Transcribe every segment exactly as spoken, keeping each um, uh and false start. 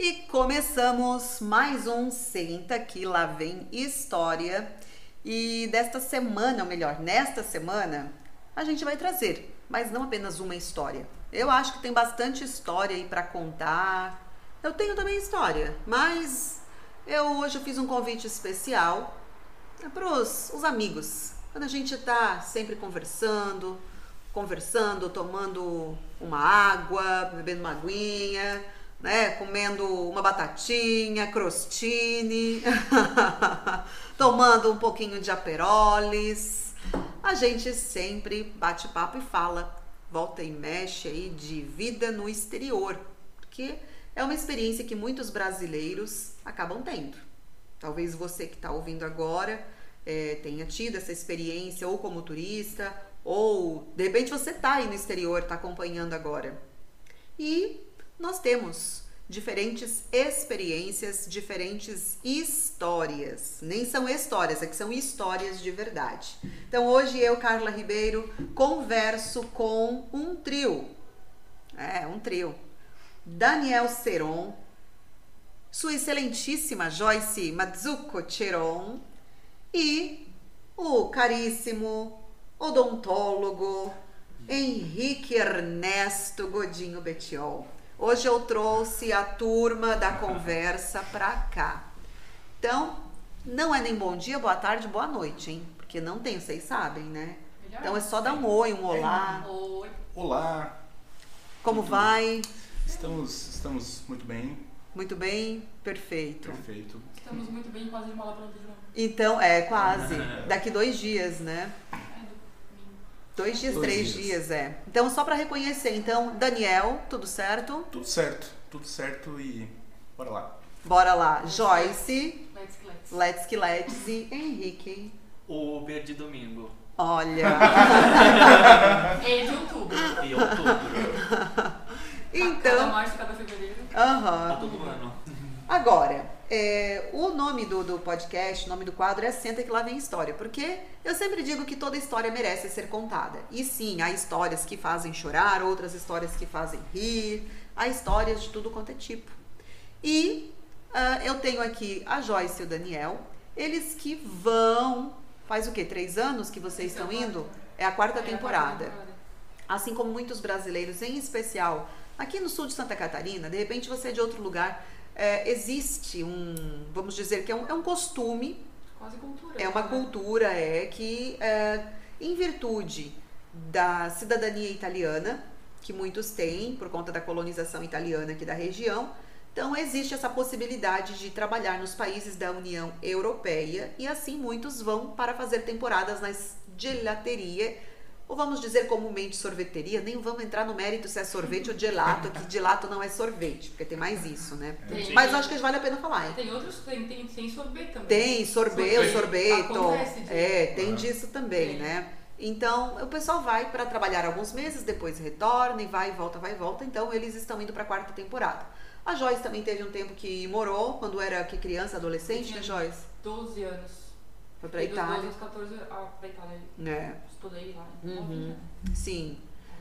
E começamos mais um Senta que lá vem história. E desta semana, ou melhor, nesta semana, a gente vai trazer, mas não apenas uma história. Eu acho que tem bastante história aí para contar. Eu tenho também história, mas eu hoje fiz um convite especial para os amigos. Quando a gente tá sempre conversando, conversando, tomando uma água, bebendo uma aguinha, né, comendo uma batatinha, crostini, tomando um pouquinho de aperolis, a gente sempre bate papo e fala, volta e mexe aí de vida no exterior, porque é uma experiência que muitos brasileiros acabam tendo. Talvez você que está ouvindo agora é, tenha tido essa experiência ou como turista, ou de repente você está aí no exterior, está acompanhando agora. E nós temos diferentes experiências, diferentes histórias. Nem são histórias, é que são histórias de verdade. Então hoje eu, Carla Ribeiro, converso com um trio. É, um trio. Daniel Ceron, Sua Excelentíssima Joyce Mazzucco Ceron e o caríssimo odontólogo Henrique Ernesto Godinho Bettiol. Hoje eu trouxe a turma da conversa pra cá. Então, não é nem bom dia, boa tarde, boa noite, hein? Porque não tem, vocês sabem, né? Então é só dar um oi, um olá. Oi. Olá. Como vai? Estamos, estamos muito bem. Muito bem? Perfeito. Perfeito. Estamos muito bem, quase de mala pronta de novo. Então, é, quase. Daqui dois dias, né? Dois dias, Dois três dias. dias, é. Então, só para reconhecer, então, Daniel, tudo certo? Tudo certo, tudo certo e bora lá. Bora lá. Joyce, Let's let's. let's que let's e Henrique. Uber de domingo Olha. É de outubro. e outubro. Cada Então, março, cada fevereiro. Tá aham. todo ano. Agora, é, o nome do, do podcast, o nome do quadro é Senta que lá vem história, porque eu sempre digo que toda história merece ser contada. E sim, há histórias que fazem chorar, outras histórias que fazem rir, há histórias de tudo quanto é tipo. E ah, eu tenho aqui a Joyce e o Daniel, eles que vão, faz o quê? Três anos que vocês estão indo? É a quarta É a quarta temporada. temporada. Assim como muitos brasileiros, em especial aqui no sul de Santa Catarina, de repente você é de outro lugar, é, existe um, vamos dizer que é um, é um costume, Quase cultura. é uma né? cultura, é que é, em virtude da cidadania italiana, que muitos têm por conta da colonização italiana aqui da região, então existe essa possibilidade de trabalhar nos países da União Europeia e assim muitos vão para fazer temporadas nas gelateria, ou vamos dizer comumente sorveteria, nem vamos entrar no mérito se é sorvete ou gelato, que gelato não é sorvete, porque tem mais isso, né? Tem. Mas eu acho que vale a pena falar, hein? Tem outros, tem, tem, tem sorvete também. Tem sorvete, o sorbeto, Acontece disso. é, tem Ah. disso também, Tem. né? Então, o pessoal vai para trabalhar alguns meses, depois retorna e vai e volta, vai e volta, então eles estão indo para a quarta temporada. A Joyce também teve um tempo que morou, quando era que criança, adolescente, né, Joyce? doze anos. Foi pra E dos Itália. doze aos catorze, ah, pra Itália. É, Estudei lá. Uhum. Sim.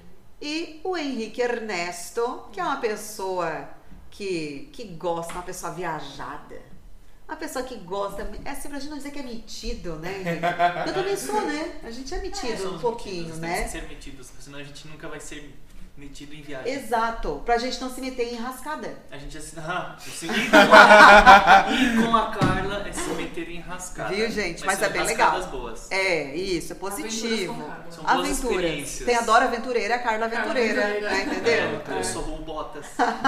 E o Henrique Ernesto, que é uma pessoa que, que gosta, uma pessoa viajada. Uma pessoa que gosta, é assim pra gente não dizer que é metido, né, Henrique? Eu também sou, né? A gente é metido um Somos pouquinho, metidos, né? Tem que ser metidos, senão a gente nunca vai ser metido em viagem. Exato, pra gente não se meter em enrascada. A gente assim, ah, se ir com, a, ir com a Carla é se meter em rascada. Viu, gente? Mas é são bem legal. rascadas boas. É, isso, é Aventuras positivo. com Carla. São boas Aventuras. experiências. Tem a Dora Aventureira, a Carla Carla Aventureira, Aventureira. né? Entendeu? É, eu sou o Botas.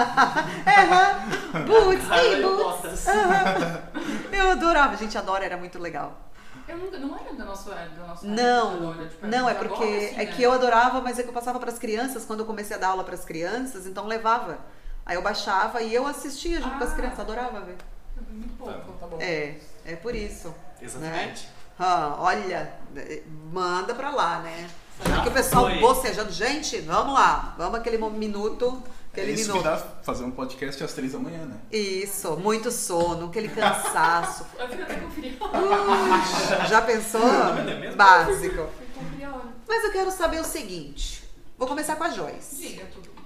É, boots, Carla e e o boots. Botas. Eu adorava, gente, a Dora era muito legal. Eu nunca, não era da nossa, da nossa Não, época, Dora, tipo, não, é agora, porque assim, é né? que eu adorava, mas é que eu passava para as crianças, quando eu comecei a dar aula para as crianças, então levava. Aí eu baixava e eu assistia junto com as Ah. crianças, adorava ver. Muito pouco, tá bom. É, é por isso. Exatamente. Ah, olha, manda pra lá, né? Já Aqui o pessoal foi. bocejando. Gente, vamos lá, vamos aquele minuto, É aquele isso que minuto. dá fazer um podcast às três da manhã, né? Isso, muito sono, aquele cansaço. Eu fico até conferir. Uh, já pensou? é mesmo? Básico. Fui conferir a hora. Mas eu quero saber o seguinte. Vou começar com a Joyce. Diga tudo.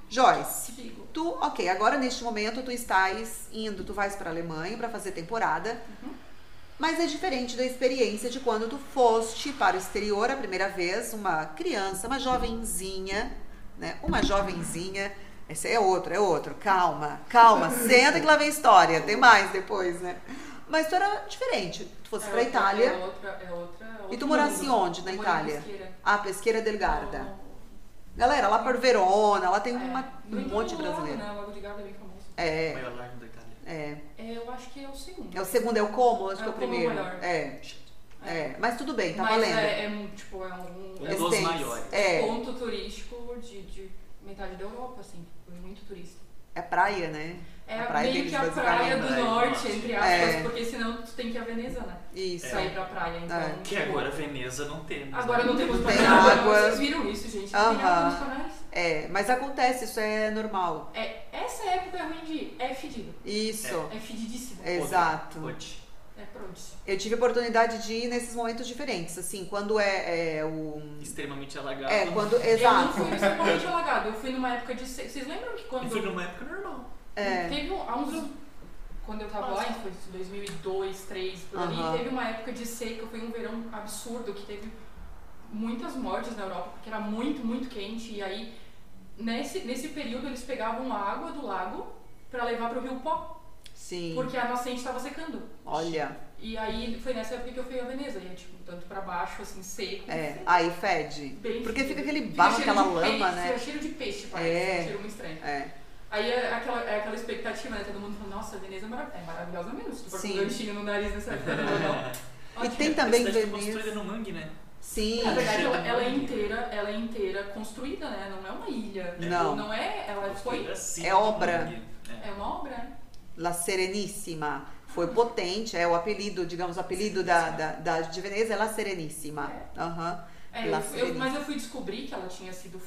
Joyce, Digo. tu, ok, agora neste momento tu estás indo, tu vais para a Alemanha para fazer temporada, Uhum. mas é diferente da experiência de quando tu foste para o exterior a primeira vez, uma criança, uma jovenzinha, né? Uma jovenzinha, esse é outro, é outro, calma, calma, senta que lá vem história, tem mais depois, né? Mas tu era diferente, tu fosse É para a outra- Itália, É outra, é outra, é e outro tu morasse mundo. onde na Eu moro em Itália? Pesqueira. Ah, Pesqueira del Garda. No- Galera, lá por Verona, lá tem é, uma, no um monte de entorno do lago, brasileiro. Né? O Lago de Garda é bem famoso. O É, maior lago da Itália. é. É, eu acho que é o segundo. É o segundo, é o Como, acho É que é o o Como primeiro. maior. É, é. Mas tudo bem, tá Mas valendo. é, é um, tipo, é um, Um é dos Tem- maiores. É, ponto turístico de, de metade da Europa, assim. Foi muito turista. é praia, né? É A praia meio deles, que a basicamente. praia do Praia do norte, norte. entre aspas, É. porque senão tu tem que ir a Veneza, né? Isso. Sair pra praia, então. É. Que tipo, agora Veneza não temos. Agora né? não temos Não praia. tem Agora água. Vocês viram isso, gente? Não tem água Aham. nos canais. É, mas acontece, isso é normal. É, essa época é ruim de ir. É fedido. Isso. É fedidíssimo. É. Exato. Pode. É prodício. Eu tive a oportunidade de ir nesses momentos diferentes, assim, quando é, é o... Extremamente alagado. É, quando... Eu não Exato. fui extremamente alagado. Eu fui numa época de... se- Vocês lembram que quando... Eu fui numa época normal. É. Teve um, há uns... Quando eu tava lá, foi dois mil e dois, dois mil e três, por ali, Aham. teve uma época de seca, foi um verão absurdo, que teve muitas mortes na Europa, porque era muito, muito quente. E aí, nesse, nesse período, eles pegavam a água do lago pra levar pro rio Pó, Sim. porque a nascente estava secando. Olha, E aí, foi nessa época que eu fui a Veneza, e é tipo, tanto pra baixo, assim, seco. é, seco, aí fede. bem Porque fedido. fica aquele Fica barro, cheiro aquela de lama, peixe, né? Fica cheiro de peixe, parece, É. um cheiro muito estranho. É. Aí é aquela, é aquela expectativa, né? Todo mundo falando, nossa, a Veneza é, marav é maravilhosa mesmo. Se tu for com Sim. um ganchinho no nariz nessa época, não, não. E tem A também cidade foi construída Veneza. no mangue, né? Sim. Na verdade, ela, ela é Cheiro de inteira, ela é inteira construída, né? Não é uma ilha. Não. Não é, ela foi, Construída acima É do obra. mangue. É. é uma obra, né? La Sereníssima. Foi potente, é o apelido, digamos, o apelido da, da, da, de Veneza é La Sereníssima. Aham. É, La eu, fui- eu- Sereníssima. mas eu fui descobrir que ela tinha sido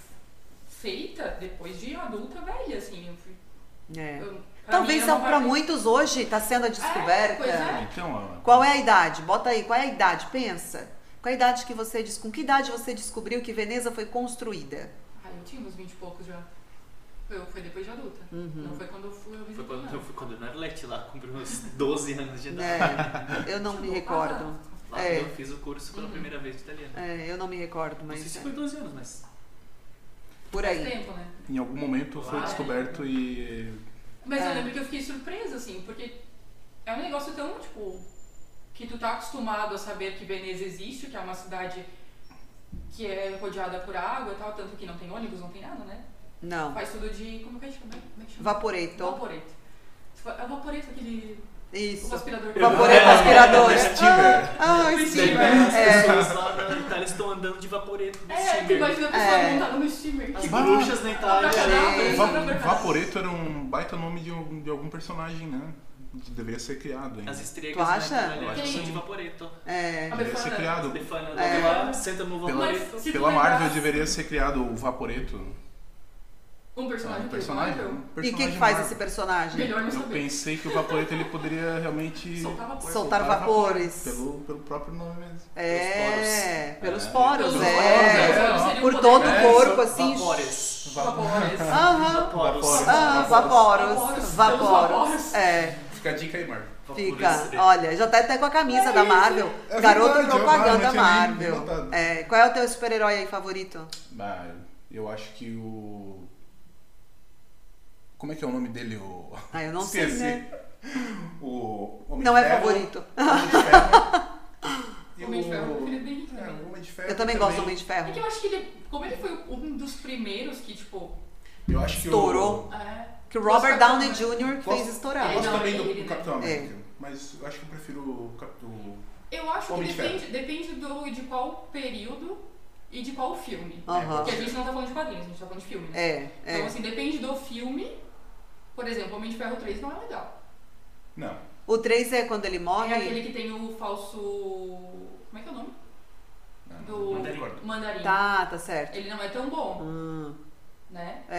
feita depois de adulta velha, assim. Eu fui, É. eu, pra Talvez mim era uma para parte- muitos hoje está sendo a descoberta. pois é. Então, ó, Qual é a idade? Bota aí, qual é a idade? Pensa. Qual é a idade que você des- com que idade você descobriu que Veneza foi construída? Ah, eu tinha uns vinte e poucos já. Foi, foi depois de adulta. Uhum. Não foi quando eu fui eu Foi visitei, quando não. eu fui quando eu era Arlete lá, com uns doze anos de idade. É, eu não me recordo. Lá É. eu fiz o curso pela Uhum. primeira vez de italiano. É, eu não me recordo, Não sei mas se é, foi doze anos, mas. por Faz aí. tempo, né? em algum momento foi Ah, é. descoberto e Mas É. eu lembro que eu fiquei surpresa, assim, porque é um negócio tão, tipo, que tu tá acostumado a saber que Veneza existe, que é uma cidade que é rodeada por água e tal, tanto que não tem ônibus, não tem nada, né? Não. Faz tudo de, como que é que chama? Como é que chama? Vaporeto. Vaporeto. É o vaporeto, aquele, o Isso. aspirador. Vaporeto É. aspirador. Steamer. Ah, ah, O Daí steamer. as É. pessoas lá na Itália estão andando de vaporeto no É, tu steamer. imagina a pessoa É. montada no steamer. As Que Bah. bruxas na Itália. Abracadabra, Gente. isso Va não é verdade. Vaporeto era um baita nome de, um- de algum personagem, né? Que deveria ser criado ainda. As estrelas Tu acha? na Itália Eu acho que são de sim. vaporeto. É. A Deveria ser Befana. criado. Stefana É. lá, senta no Pela, vaporeto. se tu pela Marvel lembrasse- deveria ser criado o Vaporeto. Um personagem, Um que personagem. Marvel, um E o que, personagem que faz Marvel. esse personagem? melhor não Eu saber. pensei que o Vaporeto ele poderia realmente Soltar vapor. Soltar vapores. Pelo, pelo próprio nome mesmo. É, pelos É. poros, Pelos é. poros, seria um Por poder. todo o É, corpo, só assim. Vapores. Vapores. Aham. Vaporos. Ah, vaporos. Vaporos. Vaporos. Vaporos. É, Fica a dica aí, Marco. fica. Olha, já tá até com a camisa da Marvel. É Garoto verdade, propaganda eu não tinha nem Marvel. notado. É, qual é o teu super-herói aí favorito? Ah, eu acho que o. Como é que é o nome dele? O... Ah, eu não Esqueci. sei, né? O Homem Não de é Ferro, favorito. Homem de Ferro. E Homem de Ferro, eu prefiro bem É, também. o Homem de Ferro. Eu também gosto do Homem de É Ferro. que eu acho que ele, como ele foi um dos primeiros que, tipo, Eu acho que Estourou. O... é, Que o Robert Gosto Downey da- Júnior Gosto- fez estourar. Eu gosto Não, também do, ele, do né? Capitão É. América. Mas eu acho que eu prefiro o Capitão. Eu acho que Homem de depende, depende do, de qual período e de qual filme. Aham. Porque a gente não tá falando de quadrinhos, a gente tá falando de filme, né? É, Então, é. assim, depende do filme. Por exemplo, Homem de Ferro três não é legal. Não. O três é quando ele morre? É aquele que tem o falso... Como é que é o nome? não Do não concordo. Mandarim. Tá, tá certo. Ele não é tão bom, Hum, né? é.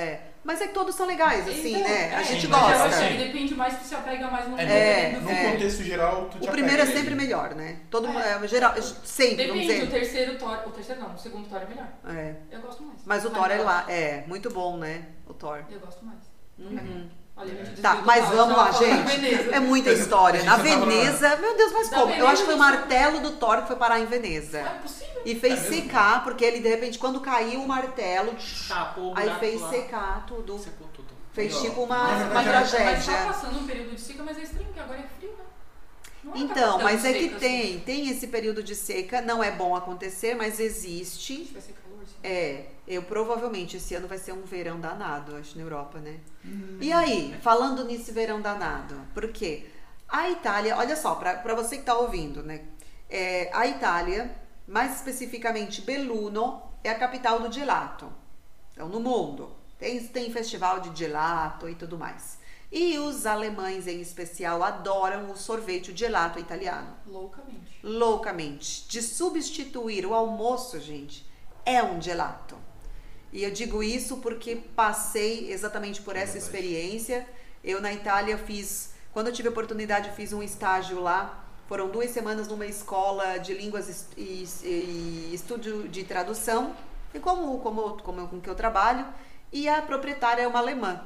Mas é que todos são legais, assim, Então, né? A é, gente sim, mas mas eu gosta. acho que assim, depende mais que se apega mais no É, É, no, no é. contexto geral, tu te O primeiro é apega a sempre ele. melhor, né? Todo mundo, É. é, geral, sempre, vamos Depende, o dizer. terceiro Thor. O terceiro não, o segundo Thor é melhor. É. Eu gosto mais. Mas o Thor é Ragnarok. lá, é, muito bom, né? O Thor. Eu gosto mais. Uhum. Olha, a gente Tá, desviou do mas Thor, vamos já lá, falando gente. de Veneza. É muita história. A Na gente já tava- Veneza, meu Deus, mas Da como? Eu Veneza, acho que foi o a gente- martelo do Thor que foi parar em Não Veneza. é possível. E fez É mesmo? secar, porque ele, de repente, quando caiu o martelo, Tapou o aí buraco fez lá. secar tudo. Secou tudo. Fez Ó, tipo na uma, verdade, uma é- Mas tá tragédia. passando um período de seca, mas é estranho, porque agora é frio, né? Não é que tá Então, tão mas é que seca assim. tem, tem esse período de seca, não é bom acontecer, mas existe. Gente, vai ser calor, sim. É, eu provavelmente esse ano vai ser um verão danado, acho, na Europa, né? E aí, falando nesse verão danado, por quê? A Itália, olha só, pra, pra você que tá ouvindo, né? É, a Itália, mais especificamente Belluno, é a capital do gelato. Então, no mundo. Tem, tem festival de gelato e tudo mais. E os alemães, em especial, adoram o sorvete, o gelato italiano. Loucamente. Loucamente. De substituir o almoço, gente, é um gelato. E eu digo isso porque passei exatamente por essa Verdade. experiência. Eu na Itália fiz, quando eu tive a oportunidade, eu fiz um estágio lá. Foram duas semanas numa escola de línguas e, e, e estúdio de tradução, e como, como, como com que eu trabalho, e a proprietária é uma alemã.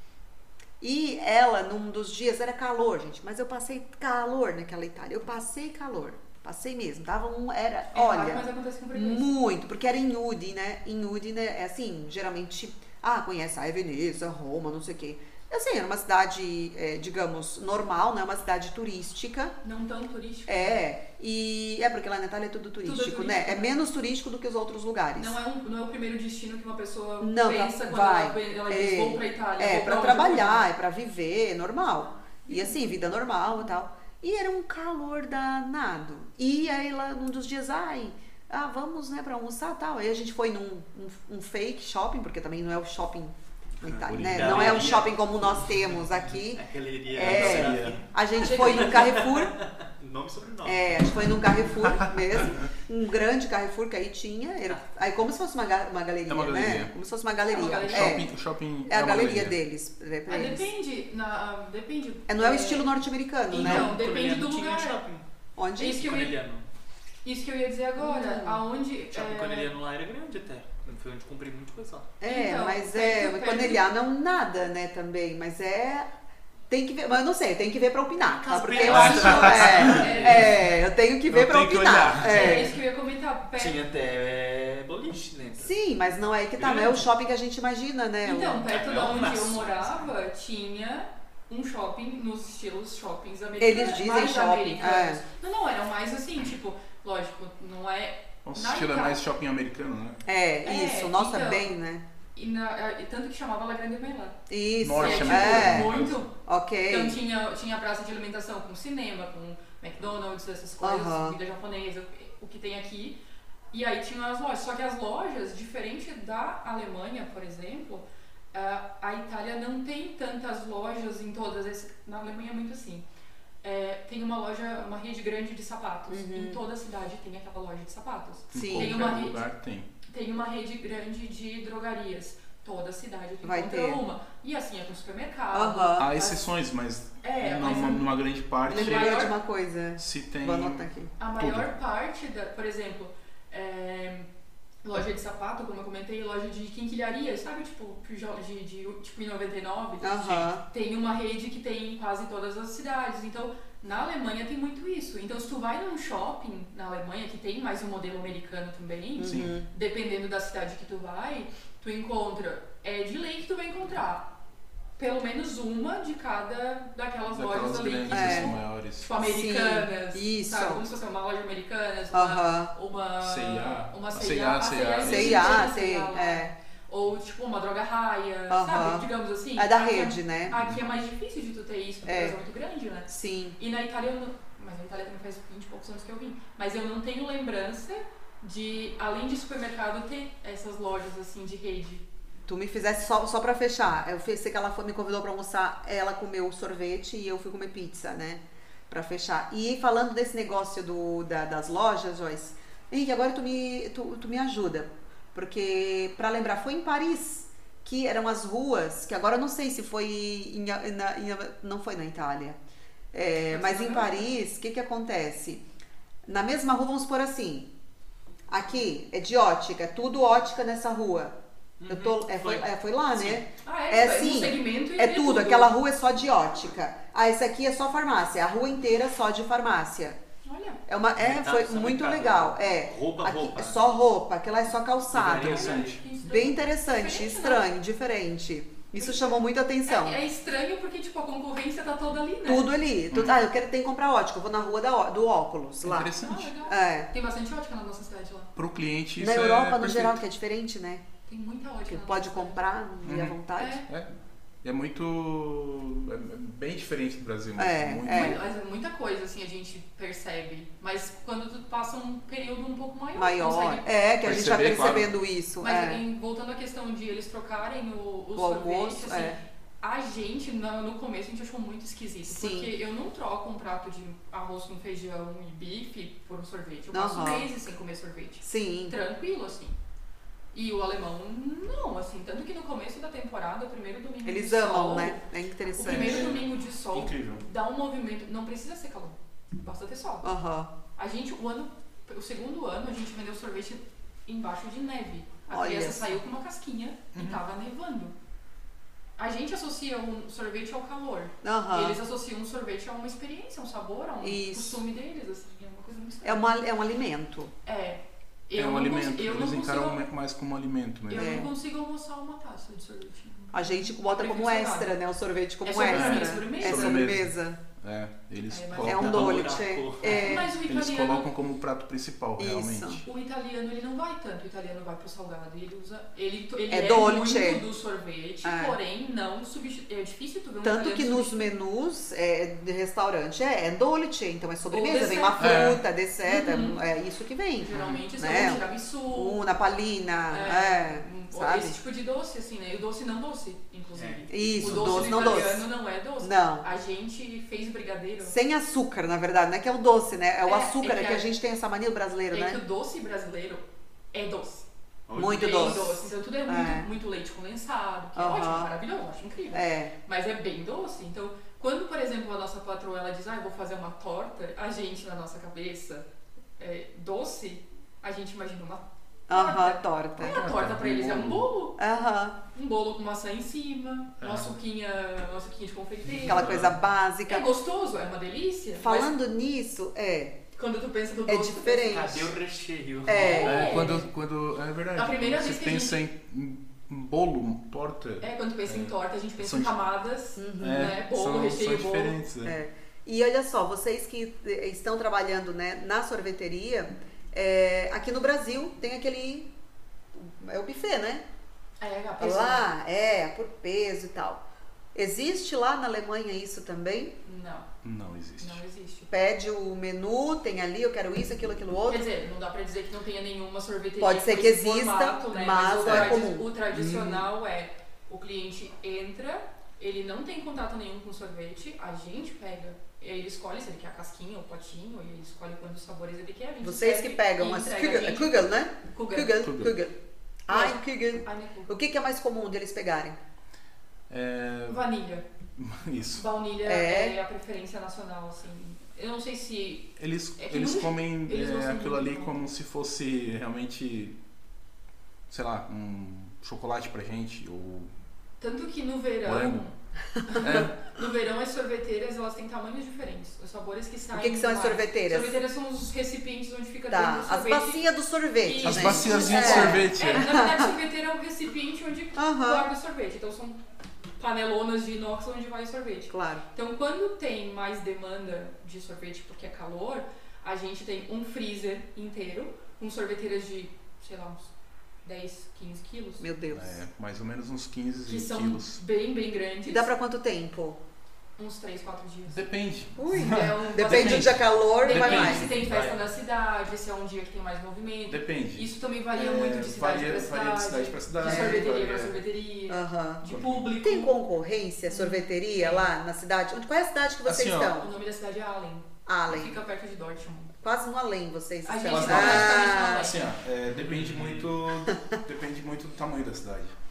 E ela, num dos dias, era calor, gente, mas eu passei calor naquela Itália. Eu passei calor, passei mesmo. Tava um, era, É raro, olha, mas acontece com frequência. muito, porque era em Udine, né? Em Udine, é assim, geralmente, ah, conhece, ah, é Veneza, Roma, não sei o quê. Assim, era uma cidade, é, digamos, normal, né? Uma cidade turística. Não tão turístico. É, e é porque lá na Itália é tudo turístico, turístico, né? É né? menos turístico do que os outros lugares. Não é, um, não é o primeiro destino que uma pessoa Não, pensa pra- quando vai. ela, ela É, diz vou pra Itália. É, vou pra onde, trabalhar, é pra viver, é normal. E assim, vida normal e tal. E era um calor danado. E aí lá num dos dias, ai, ah, vamos, né, pra almoçar e tal. Aí a gente foi num um, um fake shopping, porque também não é o shopping na Itália, né? Galeria. Não é um shopping como nós temos aqui. Aquela iria. É. A gente foi no Carrefour. Nome e sobrenome. É, a gente foi num Carrefour mesmo, um grande Carrefour que aí tinha, era, aí como se fosse uma, ga- uma galeria, É uma né? galeria. Como se fosse uma galeria. É uma É, galeria. Shopping, o shopping é a uma galeria deles. É, pra Ah, eles. depende. Na, depende. É, não é o estilo norte-americano, né? Então, depende Corneliano do tinha lugar. shopping. Onde? Isso que eu ia, Corneliano. isso que eu ia dizer agora. Hum. Aonde. Shopping é, Corneliano lá era grande até. Foi onde comprei muito coisa lá. É, Então, mas perto- é, perto- Corneliano não nada, né, também, mas é... Tem que ver, mas eu não sei, eu tenho que ver pra opinar, tá? Porque eu acho, é, é, eu tenho que ver Eu pra tenho que opinar. olhar. É É. isso que eu ia comentar. Perto, Tinha até boliche dentro. Sim, mas não é aí que tá, não é o shopping que a gente imagina, né? Então, O- perto É de um onde eu maço. morava, tinha um shopping nos estilos shoppings americanos. Eles dizem mais shopping, americanos. é. Não, não, eram mais assim, tipo, lógico, não é. Nossa, na estilo é Itália. mais shopping americano, né? É, É, isso, o nosso é então. bem, né? E, na, e tanto que chamava La Grande Mela. Isso, Norte é, tipo, americano. é, muito. ok. Então tinha, tinha praça de alimentação com cinema, com McDonald's, essas coisas, Aham. comida japonesa, o que tem aqui. E aí tinham as lojas. Só que as lojas, diferente da Alemanha, por exemplo, a, a Itália não tem tantas lojas em todas. Esse, na Alemanha é muito assim. É, tem uma loja, uma rede grande de sapatos. Uhum. Em toda a cidade tem aquela loja de sapatos. Em Sim. Tem qualquer uma rede. lugar tem. Tem uma rede grande de drogarias. Toda a cidade tu Vai encontra ter. uma. E assim é com supermercado. Aham. Há exceções, mas É, numa, mas numa grande parte Lembrei maior- de uma coisa. se tem. Vou anotar aqui. A maior parte, da, por exemplo, é, loja de sapato, como eu comentei, loja de quinquilharia, sabe? Tipo, de, de, de tipo em noventa e nove. Aham. Tem uma rede que tem em quase todas as cidades. Então, na Alemanha tem muito isso. Então, se tu vai num shopping na Alemanha, que tem mais um modelo americano também, Sim. Uhum. dependendo da cidade que tu vai, tu encontra, é de lei que tu vai encontrar pelo menos uma de cada daquelas, Daquelas lojas ali grandes, que É. assim, são maiores. tipo americanas, Sim, isso. sabe? Como se fosse uma loja americanas, uma, Aham. uma C e A. uma A C C e e A, A, a C e A, existe, C e A, a C e A tem, lá. é. Ou tipo uma droga raia, Aham. sabe? Digamos assim. É da Aqui rede, né? Aqui é mais difícil de tu ter isso, porque É. é muito grande, né? Sim. E na Itália, eu não, mas na Itália também faz vinte e poucos anos que eu vim, mas eu não tenho lembrança de, além de supermercado, ter essas lojas assim de rede. Tu me fizesse só, só pra fechar. Eu sei que ela foi, me convidou pra almoçar, ela comeu sorvete e eu fui comer pizza, né? Pra fechar. E falando desse negócio do, da- das lojas, Joyce, Henrique, agora tu me, tu, tu me ajuda. Porque, pra lembrar, foi em Paris que eram as ruas, que agora eu não sei se foi em, na, em, não foi na Itália, é, mas em Paris, o que que acontece? Na mesma rua, vamos supor assim, aqui é de ótica, é tudo ótica nessa rua. Uhum, Eu tô, é, foi, foi. é, foi lá, Sim. né? Ah, é, É é um assim, segmento e é é tudo, tudo. aquela rua é só de ótica. Ah, esse aqui é só farmácia, a rua inteira é só de farmácia. Olha. É uma, é, Mercado, foi só muito mercado. legal. É. Roupa, Aqui roupa. é só roupa, aquela é só calçado. Interessante. Que estranho. Bem interessante, Diferente, né? estranho, diferente. Isso chamou muita atenção. É, é estranho porque, tipo, a concorrência tá toda ali, né? Tudo ali. Tudo, ah, eu quero ter que comprar ótica, eu vou na rua da, ó- do óculos lá. Ah, Interessante. legal. É. Tem bastante ótica na nossa cidade lá. Pro cliente isso Na é Europa, no perfeito. geral, que é diferente, né? Tem muita ótica Que na pode nossa comprar e à Uhum. vontade. É. É. É muito. É bem diferente do Brasil. É, muito, é. Muito, mas é muita coisa, assim, a gente percebe. Mas quando tu passa um período um pouco maior, Maior. consegue... É, que a gente vai Perceber, claro. percebendo isso. Mas é. em- voltando à questão de eles trocarem o, o, O sorvete, almoço, assim, é. a gente, no, no começo, a gente achou muito esquisito. Sim. Porque eu não troco um prato de arroz com feijão e bife por um sorvete. Eu passo Aham. meses sem comer sorvete. Sim. Tranquilo, assim. E o alemão, não, assim. Tanto que no começo da temporada, o primeiro domingo Eles de amam, sol... né? É O interessante. primeiro domingo de sol Incrível. dá um movimento... Não precisa ser calor. Basta ter sol. Aham. A gente, o ano... O segundo ano, a gente vendeu sorvete embaixo de neve. A Olha criança só. saiu com uma casquinha e tava nevando. A gente associa um sorvete ao calor. E Aham. eles associam um sorvete a uma experiência, a um sabor, a um Isso. costume deles, assim. É uma coisa muito É, estranha. uma, é um alimento. É. É Eu um não alimento. consigo- eu Eles não encaram consigo, mais como alimento mesmo. eu É. não consigo almoçar uma taça de sorvete. A gente bota Eu como prefiro extra, salgado. né? O sorvete como É sobremesa, extra. sobremesa. É sobremesa. É, eles É, mas colocam, É um Colocam dolce. buraco. É. Mas o eles italiano... colocam como prato principal, Isso. realmente. O italiano, ele não vai tanto, o italiano vai pro salgado, ele usa, ele, ele É é, dolce. muito do sorvete, É. porém não substitui, é difícil tu ver um Tanto italiano que nos substituir. menus é, de restaurante é, é dolce, então é sobremesa, Ou vem uma dessert. fruta, dessert, Uhum. é isso que vem. Geralmente Né? são um tiramisu, Una, palina, é, é, um- sabe? esse tipo de doce, assim, né? E o doce não doce, inclusive. Isso, o doce, doce, do não doce. italiano não é doce. Não. A gente fez brigadeiro. Sem açúcar, na verdade, não é que é o doce, né? É o É, açúcar, é é que que a a- gente tem essa mania brasileira, É que né? o doce brasileiro é doce. Muito bem doce. Então tudo é muito, É. muito leite condensado, que é Aham. ótimo, maravilhoso, eu acho incrível. É, Mas é bem doce. Então, quando, por exemplo, a nossa patroa ela diz, ah, eu vou fazer uma torta, a gente, na nossa cabeça, é, doce, a gente imagina uma aham, torta. torta. E a torta pra eles é um bolo. Aham, Um bolo com maçã em cima, É. uma suquinha, uma suquinha de confeiteiro. aquela coisa É básica. gostoso, é uma delícia. Falando nisso, é, Mas quando tu pensa do É doce, tu diferente. Cadê o recheio? É. É, quando, quando, é verdade. A primeira Você vez que a pensa em em bolo, torta. pensa- É, quando tu pensa em torta, a gente pensa São em di- camadas, Uhum. né? Bolo, são, recheio, são bolo. diferentes. É. é. E olha só, vocês que eh, estão trabalhando, né, na sorveteria, é, aqui no Brasil tem aquele, é o buffet, né? É, a pessoa- Lá, é, por peso e tal. Existe lá na Alemanha isso também? Não, Não existe. não existe. Pede o menu, tem ali, eu quero isso, aquilo, aquilo Quer outro. dizer, não dá pra dizer que não tenha nenhuma sorveteria Pode ser com que esse exista, formato, né? mas o, não é tradi- comum. o tradicional é o cliente entra, ele não tem contato nenhum com sorvete, a gente pega, ele escolhe se ele quer a casquinha ou o potinho, e ele escolhe quantos sabores ele quer. A gente Vocês serve que pegam e as entrega a Kugel, é gente. Kugel, né? Kugel. Kugel, Kugel. Kugel. Ai, Kugel. Ai, né, Kugel. O que, que é mais comum deles pegarem? É, Vanilha. isso. Baunilha É. é. a preferência nacional, assim. Eu não sei se... Eles, É que eles não- comem eles é, gostam aquilo muito, ali não. como se fosse realmente, sei lá, um chocolate pra gente, ou... Tanto que no verão... Morango. É, No verão, as sorveteiras, elas têm tamanhos diferentes. Os sabores que saem... O que, que são as do mar. sorveteiras? Sorveteiras são os recipientes onde fica dentro Tá, do as sorvete. bacias do sorvete. Isso. as né? baciazinhas É. de sorvete. É, na verdade, sorveteira é o recipiente onde Aham. guarda o sorvete. Então, são panelonas de inox onde vai o sorvete. Claro. Então, quando tem mais demanda de sorvete porque é calor, a gente tem um freezer inteiro com sorveteiras de, sei lá, uns dez, quinze quilos. Meu Deus. É, mais ou menos uns quinze Que são quilos. bem, bem grandes. E dá pra quanto tempo? Uns três, quatro dias. Depende. Ui. É um- Depende do dia calor, Depende vai Depende. mais. se tem festa Vai. na cidade, se é um dia que tem mais movimento. Depende. Isso também varia É, muito de cidade varia- para cidade. varia de cidade pra cidade, De sorveteria varia- para sorveteria. Aham. De público. Tem concorrência, sorveteria lá na cidade? Onde- Qual é a cidade que vocês Assim, ó, O estão? nome da cidade é Allen. Allen. Fica perto de Dortmund. Quase no além vocês A estão. gente tá praticamente no Ah, além. Assim, ó, é, depende muito, depende muito do tamanho da cidade.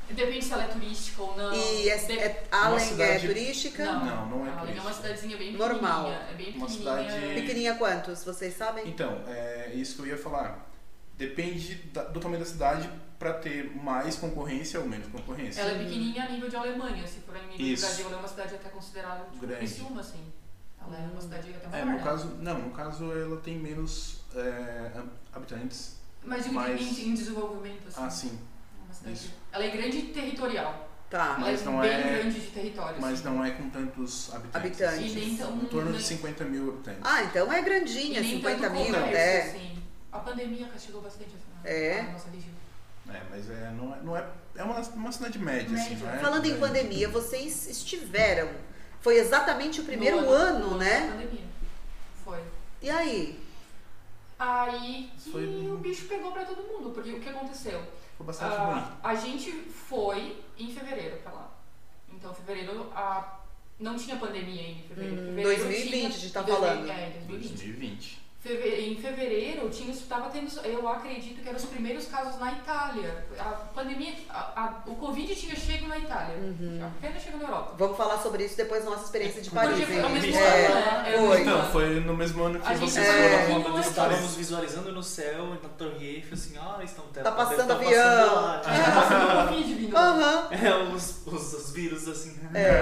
Depende se ela é turística ou não. E é, De- é, Allen cidade- é turística? Não, Não, não é Allen é uma turística. cidadezinha bem Normal. pequenininha. É bem Uma pequenininha. cidade- Pequenininha quantos, vocês sabem? Então, é isso que eu ia falar. Depende da- do tamanho da cidade para ter mais concorrência ou menos concorrência. Ela é pequenininha a nível de Alemanha. Se for a nível de Isso. Brasil, ela é uma cidade até considerada tipo, Grande. Criciúma, assim. Ela é uma cidade até É, maior. no né? caso, não, no caso ela tem menos é, habitantes. Mas digo mas- em, em desenvolvimento, assim. Ah, sim. É uma cidade- Isso. Ela é grande territorial. Tá. Mas ela não é bem é- grande de território. Mas assim. não é com tantos habitantes. Habitantes. E nem tão. Em torno de nem- cinquenta mil habitantes. Ah, então é e grandinha, nem cinquenta tanto mil, comércio, é. assim. A pandemia castigou bastante assim, a- É. a nossa região. É, mas é, não é, não é, é uma, uma cidade média, assim, Média. não é? Falando em grande. pandemia, vocês estiveram. Foi exatamente o primeiro No ano, no né? da pandemia. Foi. E aí? Aí que Foi- o bicho pegou pra todo mundo, porque o que aconteceu? Foi bastante ruim. Ah, a gente foi em fevereiro pra lá. Então, fevereiro a, não tinha pandemia ainda em fevereiro. Hum, fevereiro dois mil e vinte tinha, a gente tá em dois mil falando. É, em dois mil e vinte. dois mil e vinte. Feve- Em fevereiro, tinha, tava tendo, eu acredito que eram os primeiros casos na Itália. A pandemia, a- a- o Covid tinha chego na Itália, apenas chegou na Europa. Vamos falar sobre isso depois da nossa experiência de Paris, Porque hein? foi ao mesmo É, ano, né? É o foi. mesmo Então, ano. foi no mesmo ano que A gente vocês foi foram um lá pouquinho pra Quando antes. estávamos visualizando no céu, na Torre Eiffel, assim, ah, estão Tá passando tá avião. lá. Tá passando um Covid vindo. Aham. É, os, os, os vírus, assim,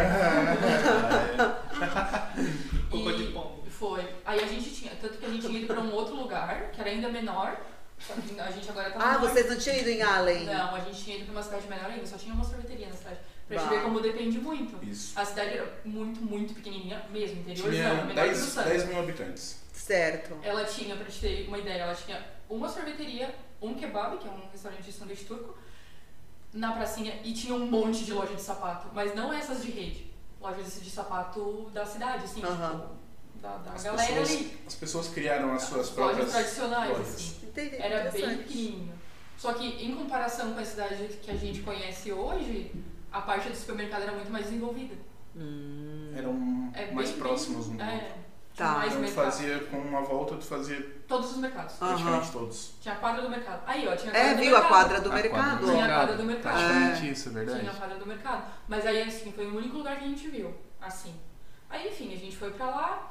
cocô de E pombo. foi. Aí a gente tinha, tanto que a gente tinha ido pra um outro lugar, que era ainda menor, só que a gente agora tá Ah, menor. vocês não tinham ido em Allen? Não, a gente tinha ido pra uma cidade menor ainda, só tinha uma sorveteria na cidade. Pra gente Bah. ver como depende muito. Isso. A cidade era muito, muito pequenininha mesmo, interiorzão, Tinha menor que o dez, Santos. dez mil habitantes. Certo. Ela tinha, pra te ter uma ideia, ela tinha uma sorveteria, um kebab, que é um restaurante de sanduíche turco, na pracinha, e tinha um monte de loja de sapato, mas não essas de rede, lojas de sapato da cidade, assim, Aham. tipo, da, da As galera pessoas, ali. as pessoas criaram as suas Lojas próprias tradicionais, lojas. assim. Entendi. Era bem Interessante. pequenininho. Só que em comparação com a cidade que a gente conhece hoje, a parte do supermercado era muito mais desenvolvida. Hum, Eram É mais bem, próximos um do bem, outro. é, Tá. tinha mais Então tu mercado. fazia com uma volta, tu fazia Todos os mercados. Ah. praticamente todos. Tinha a quadra do mercado. Aí, ó, tinha a quadra É, do viu a mercado. quadra do A mercado? Tinha a quadra do mercado. Praticamente isso, é verdade. Tinha a quadra do mercado. Mas aí, assim, foi o único lugar que a gente viu, assim. Aí, enfim, a gente foi pra lá,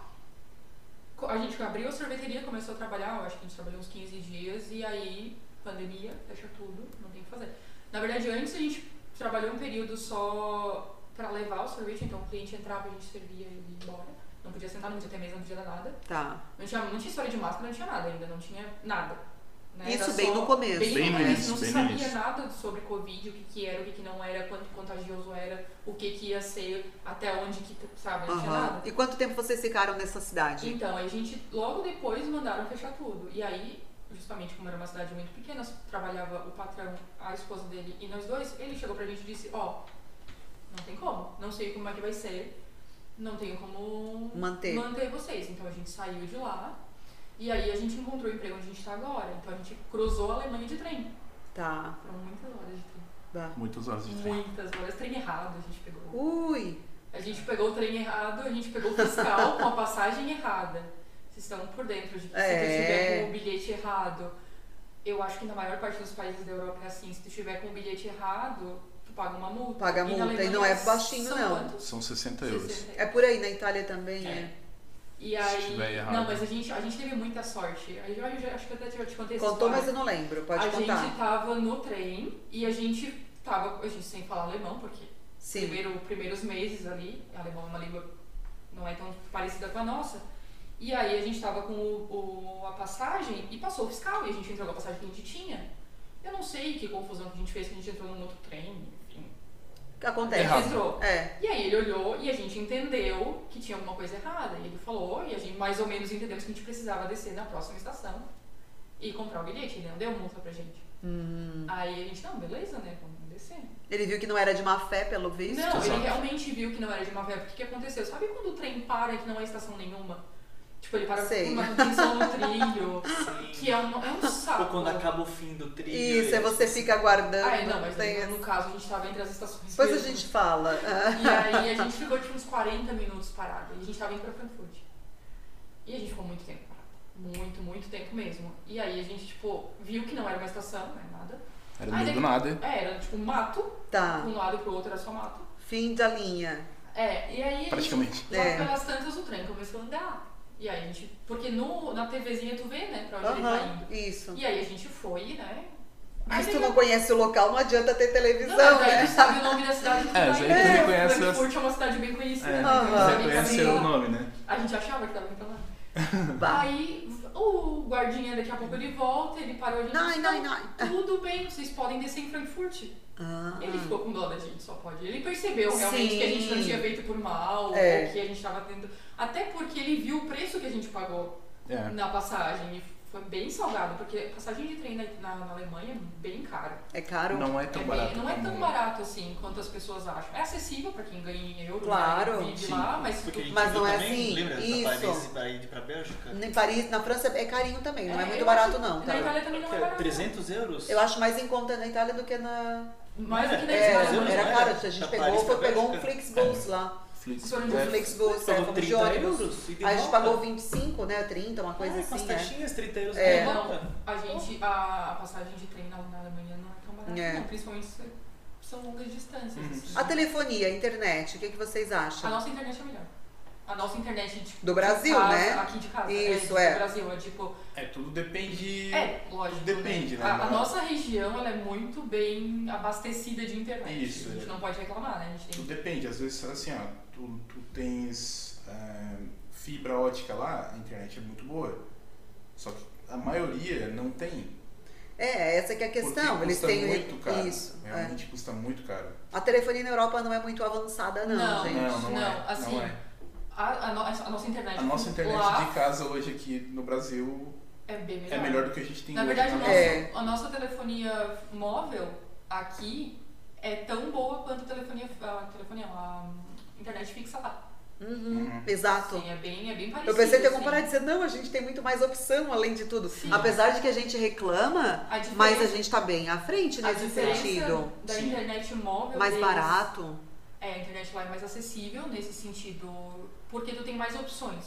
co- a gente abriu a sorveteria, começou a trabalhar, eu acho que a gente trabalhou uns quinze dias, e aí, pandemia, fecha tudo, não tem o que fazer. Na verdade, antes a gente trabalhou um período só pra levar o sorvete, então o cliente entrava, a gente servia e ia embora. Não podia sentar, não podia ter mesa, não podia dar nada. Tá. Não tinha, não tinha história de máscara, não tinha nada ainda, não tinha nada. Né? Isso Era bem só- no começo. Bem, Bem no no começo, início, não se bem no sabia início. nada sobre Covid, o que, que era, o que, que não era, quanto contagioso era, o que, que ia ser, até onde que, sabe, não tinha Aham. nada. E quanto tempo vocês ficaram nessa cidade? Então, aí a gente, logo depois, mandaram fechar tudo. E aí, justamente como era uma cidade muito pequena, trabalhava o patrão, a esposa dele e nós dois, ele chegou pra gente e disse, ó, não tem como, não sei como é que vai ser, não tenho como Manter. manter vocês. Então a gente saiu de lá e aí a gente encontrou o emprego onde a gente tá agora. Então a gente cruzou a Alemanha de trem. Tá. Foram muitas horas de trem. Bah. Muitas horas de trem. Muitas horas. Trem errado a gente pegou. Ui. A gente pegou o trem errado, a gente pegou o fiscal com a passagem errada. Vocês estão por dentro de que se É. tu estiver com o bilhete errado, eu acho que na maior parte dos países da Europa é assim, se tu estiver com o bilhete errado, tu paga uma multa. Paga na multa, e Alemanha não é baixinho, são não. quantos? São sessenta euros. sessenta. É por aí, na Itália também, É. é. E aí, estiver errado. não, mas a gente, a gente teve muita sorte. Aí eu, já- acho que eu até te, te contei essa Contou, história. mas eu não lembro. Pode a contar. gente tava no trem e a gente tava, a gente sem falar alemão, porque Sim. primeiro, primeiros meses ali, alemão é uma língua não é tão parecida com a nossa. E aí a gente tava com o, o- a passagem e passou o fiscal e a gente entregou a passagem que a gente tinha. Eu não sei que confusão que a gente fez, que a gente entrou num outro trem, enfim. Acontece. A gente entrou. É. E aí ele olhou e a gente entendeu que tinha alguma coisa errada. E ele falou, e a gente mais ou menos entendemos que a gente precisava descer na próxima estação e comprar o bilhete. Ele não deu multa pra gente. Hum. Aí a gente, não, beleza, né? Vamos descer. Ele viu que não era de má fé, pelo visto. Não, Exato. ele realmente viu que não era de má fé. Porque o que aconteceu? Sabe quando o trem para e que não é estação nenhuma? Tipo, ele para Sei. com uma manutenção no trilho, Sim. que é um, é um saco. Ou quando acaba o fim do trilho. Isso, aí você fica aguardando. Ah, é, não, mas tem... no caso a gente tava entre as estações. Depois a mesmo. gente fala. E aí a gente ficou tipo uns quarenta minutos parado. E a gente tava indo pra Frankfurt. E a gente ficou muito tempo parado. Muito, muito tempo mesmo. E aí a gente, tipo, viu que não era uma estação, não é nada. Era no Aí meio do daí- nada. É, era tipo um mato, Tá. de um lado pro outro era só mato. Fim da linha. É, e aí a gente, Praticamente. lá É. pelas tantas o trem começou a andar. E aí a gente, porque no, na TVzinha tu vê, né, pra onde ele tá Aham, indo. isso. E aí a gente foi, né? Mas Aí tu ele- não conhece o local, não adianta ter televisão, Não, mas aí né? tu sabe o nome da cidade que tu É, tá isso aí indo. tu É, reconhece as- Frankfurt é uma cidade bem conhecida. É, né? Aham. Então, você a gente conhece sabia o lá. nome, né? A gente achava que tava indo pra lá. Bah. Aí o guardinha daqui a pouco ele volta, ele parou a gente Não, disse, não, não. tudo bem, vocês podem descer em Frankfurt. Ah. Ele ficou com dó da gente, só pode. Ele percebeu realmente Sim. que a gente não tinha feito por mal, É. ou que a gente tava tendo. Até porque ele viu o preço que a gente pagou É. na passagem. E foi bem salgado, porque passagem de trem na, na, na Alemanha é bem cara. É caro? Não é tão É barato. bem- não é tão como- barato assim quanto as pessoas acham. É acessível pra quem ganha em euro, Claro. né, vive Sim. lá, mas Porque a tu- gente Mas viu não é também, assim, lembra? isso. Pra Paris e pra ir pra Bélgica? Em Paris, na França é carinho também, não é, É, muito eu barato acho- não, Na tá? Itália também não Que é é barato. trezentos euros? Eu acho mais em conta na Itália do que na... Mais do que na Era, Itália. euros, era não caro, era? a gente Da pegou, Paris foi, pra pegou um Bélgica? Flixbus lá. Flix. Foram Um É. Flixbus, é, Pagou fomos de trinta ônibus. euros e de Aí a gente volta. pagou vinte e cinco, né, trinta, uma coisa Ah, com as assim, né? taxinhas, trinta euros É. de Não, volta. a gente, a, a passagem de trem na, na Alemanha não é tão barata, É. não, principalmente se são longas distâncias. Uhum. assim. A telefonia, a internet, o que, que vocês A acham? nossa internet é melhor. A nossa internet de, Do Brasil, de casa, né? Aqui de casa. Isso, é. é. Do Brasil, é tipo. É, tudo depende. É, lógico. Depende, né? A, a nossa região ela é muito bem abastecida de internet. Isso, A gente é. não pode reclamar, né? A gente Tudo tem. depende. Às vezes, assim, ó, tu, tu tens é, fibra ótica lá, a internet é muito boa. Só que a maioria não tem. É, essa que é a questão. Porque Eles custa têm muito caro. isso. é. Realmente custa muito caro. A telefonia na Europa não é muito avançada, não, Não, gente. Não, não, Não, é. assim, não é. A, a, no- a nossa internet. A nossa internet lá de casa hoje aqui no Brasil é bem melhor. é melhor do que a gente tem Na hoje. verdade, o na nosso- É. a nossa telefonia móvel aqui é tão boa quanto a telefonia, a telefonia, a internet fixa lá. Uhum, Uhum. Exato. Sim, é bem, é bem parecido. Eu pensei que ia assim. comparar e dizer, não, a gente tem muito mais opção além de tudo. Sim. Apesar de que a gente reclama, A diferença- mas a gente tá bem à frente a nesse diferença sentido. da Sim. internet móvel Mais deles- barato. É, a internet lá é mais acessível nesse sentido, porque tu tem mais opções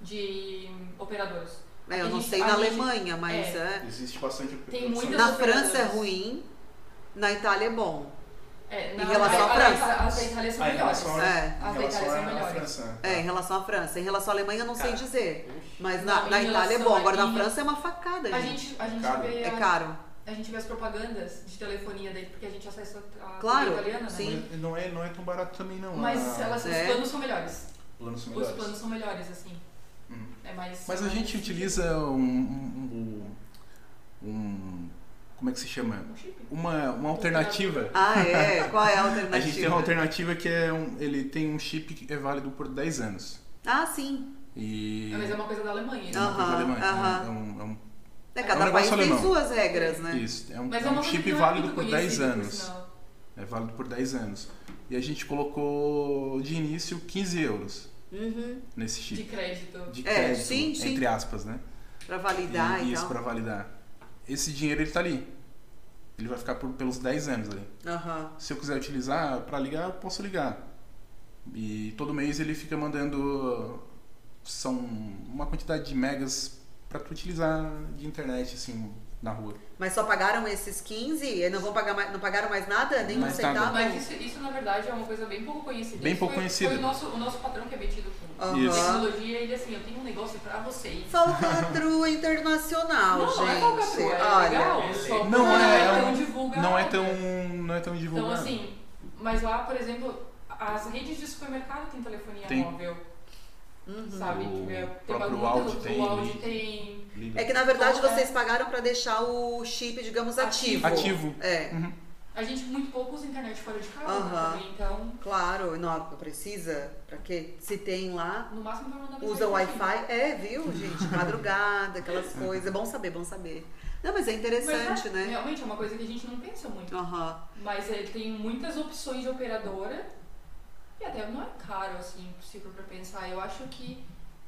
de operadoras. É, eu A não gente- sei a na gente- Alemanha, mas é. é. Existe bastante Tem opção. muitas Na operadoras. França é ruim, na Itália é bom. É, Em relação à a- França? a- As da Itália são Ah, em melhores. relação, a, É. em As da relação Itália são à melhores. França. É, em relação à França. Em relação à Alemanha eu não sei Cara. dizer. Mas Não, na, na em Itália é relação bom. Agora a- na em- França é uma facada, A gente. gente, a gente Caro. vê É a- caro. A gente vê as propagandas de telefonia daí, porque a gente acessa a Claro, T V italiana, né? sim. Mas não é, não é tão barato também, não. Mas Ah, elas, É. os planos são melhores. planos são Os melhores. planos são melhores, assim. Hum. É mais. Mas a gente utiliza um, um, um- um- como é que se chama? Um chip. Uma, uma alternativa. Ah, é? Qual é a alternativa? A gente tem uma alternativa que é um, ele tem um chip que é válido por dez anos. Ah, sim. E Mas é uma coisa da Alemanha. é uma coisa Aham, alemã. aham. É um, é um, É, É um cada país negócio tem alemão. suas regras, né? isso, é um, Mas é é um uma coisa chip que não é válido muito por dez conhecida, por anos. sinal. É válido por dez anos. E a gente colocou de início quinze euros Uhum. nesse De chip. crédito. De É, crédito, sim, sim. entre aspas, né? Pra validar e, e isso tal. para validar. Esse dinheiro ele tá ali. Ele vai ficar por, pelos dez anos ali. Aham. Se eu quiser utilizar para ligar, eu posso ligar. E todo mês ele fica mandando são uma quantidade de megas para tu utilizar de internet assim na rua. Mas só pagaram esses quinze e não vão pagar mais, não pagaram mais nada? Nem um Mais nada. centavo? Mas isso, isso, na verdade, é uma coisa bem pouco conhecida. Bem Isso pouco foi, conhecida. Foi o nosso, o nosso patrão que é metido com Aham. Isso. tecnologia e ele assim, eu tenho um negócio pra vocês. Falcatrua internacional, Não, gente. não é falcatrua, é Olha, legal, é só Não que é, não é é tão um- divulgado. Não é tão não é tão Então, divulgado. assim, mas lá, por exemplo, as redes de supermercado têm telefonia Tem. móvel, Uhum. sabe? O É, próprio muita- Audi o tem, Audi né? tem. Liga. É que na verdade Então, é- vocês pagaram pra deixar o chip, digamos, ativo. Ativo. É, Uhum. A gente muito pouco usa internet fora de casa Aham. também, então, claro. Não precisa. Pra quê? Se tem lá, no máximo pra mandar usa mensagem. Wi-Fi. É, viu, gente? Madrugada, aquelas coisas. É bom saber, bom saber. Não, mas é interessante, Mas, é, né? Realmente é uma coisa que a gente não pensa muito. Aham. Mas é, tem muitas opções de operadora e até não é caro, assim, se for pra pensar. Eu acho que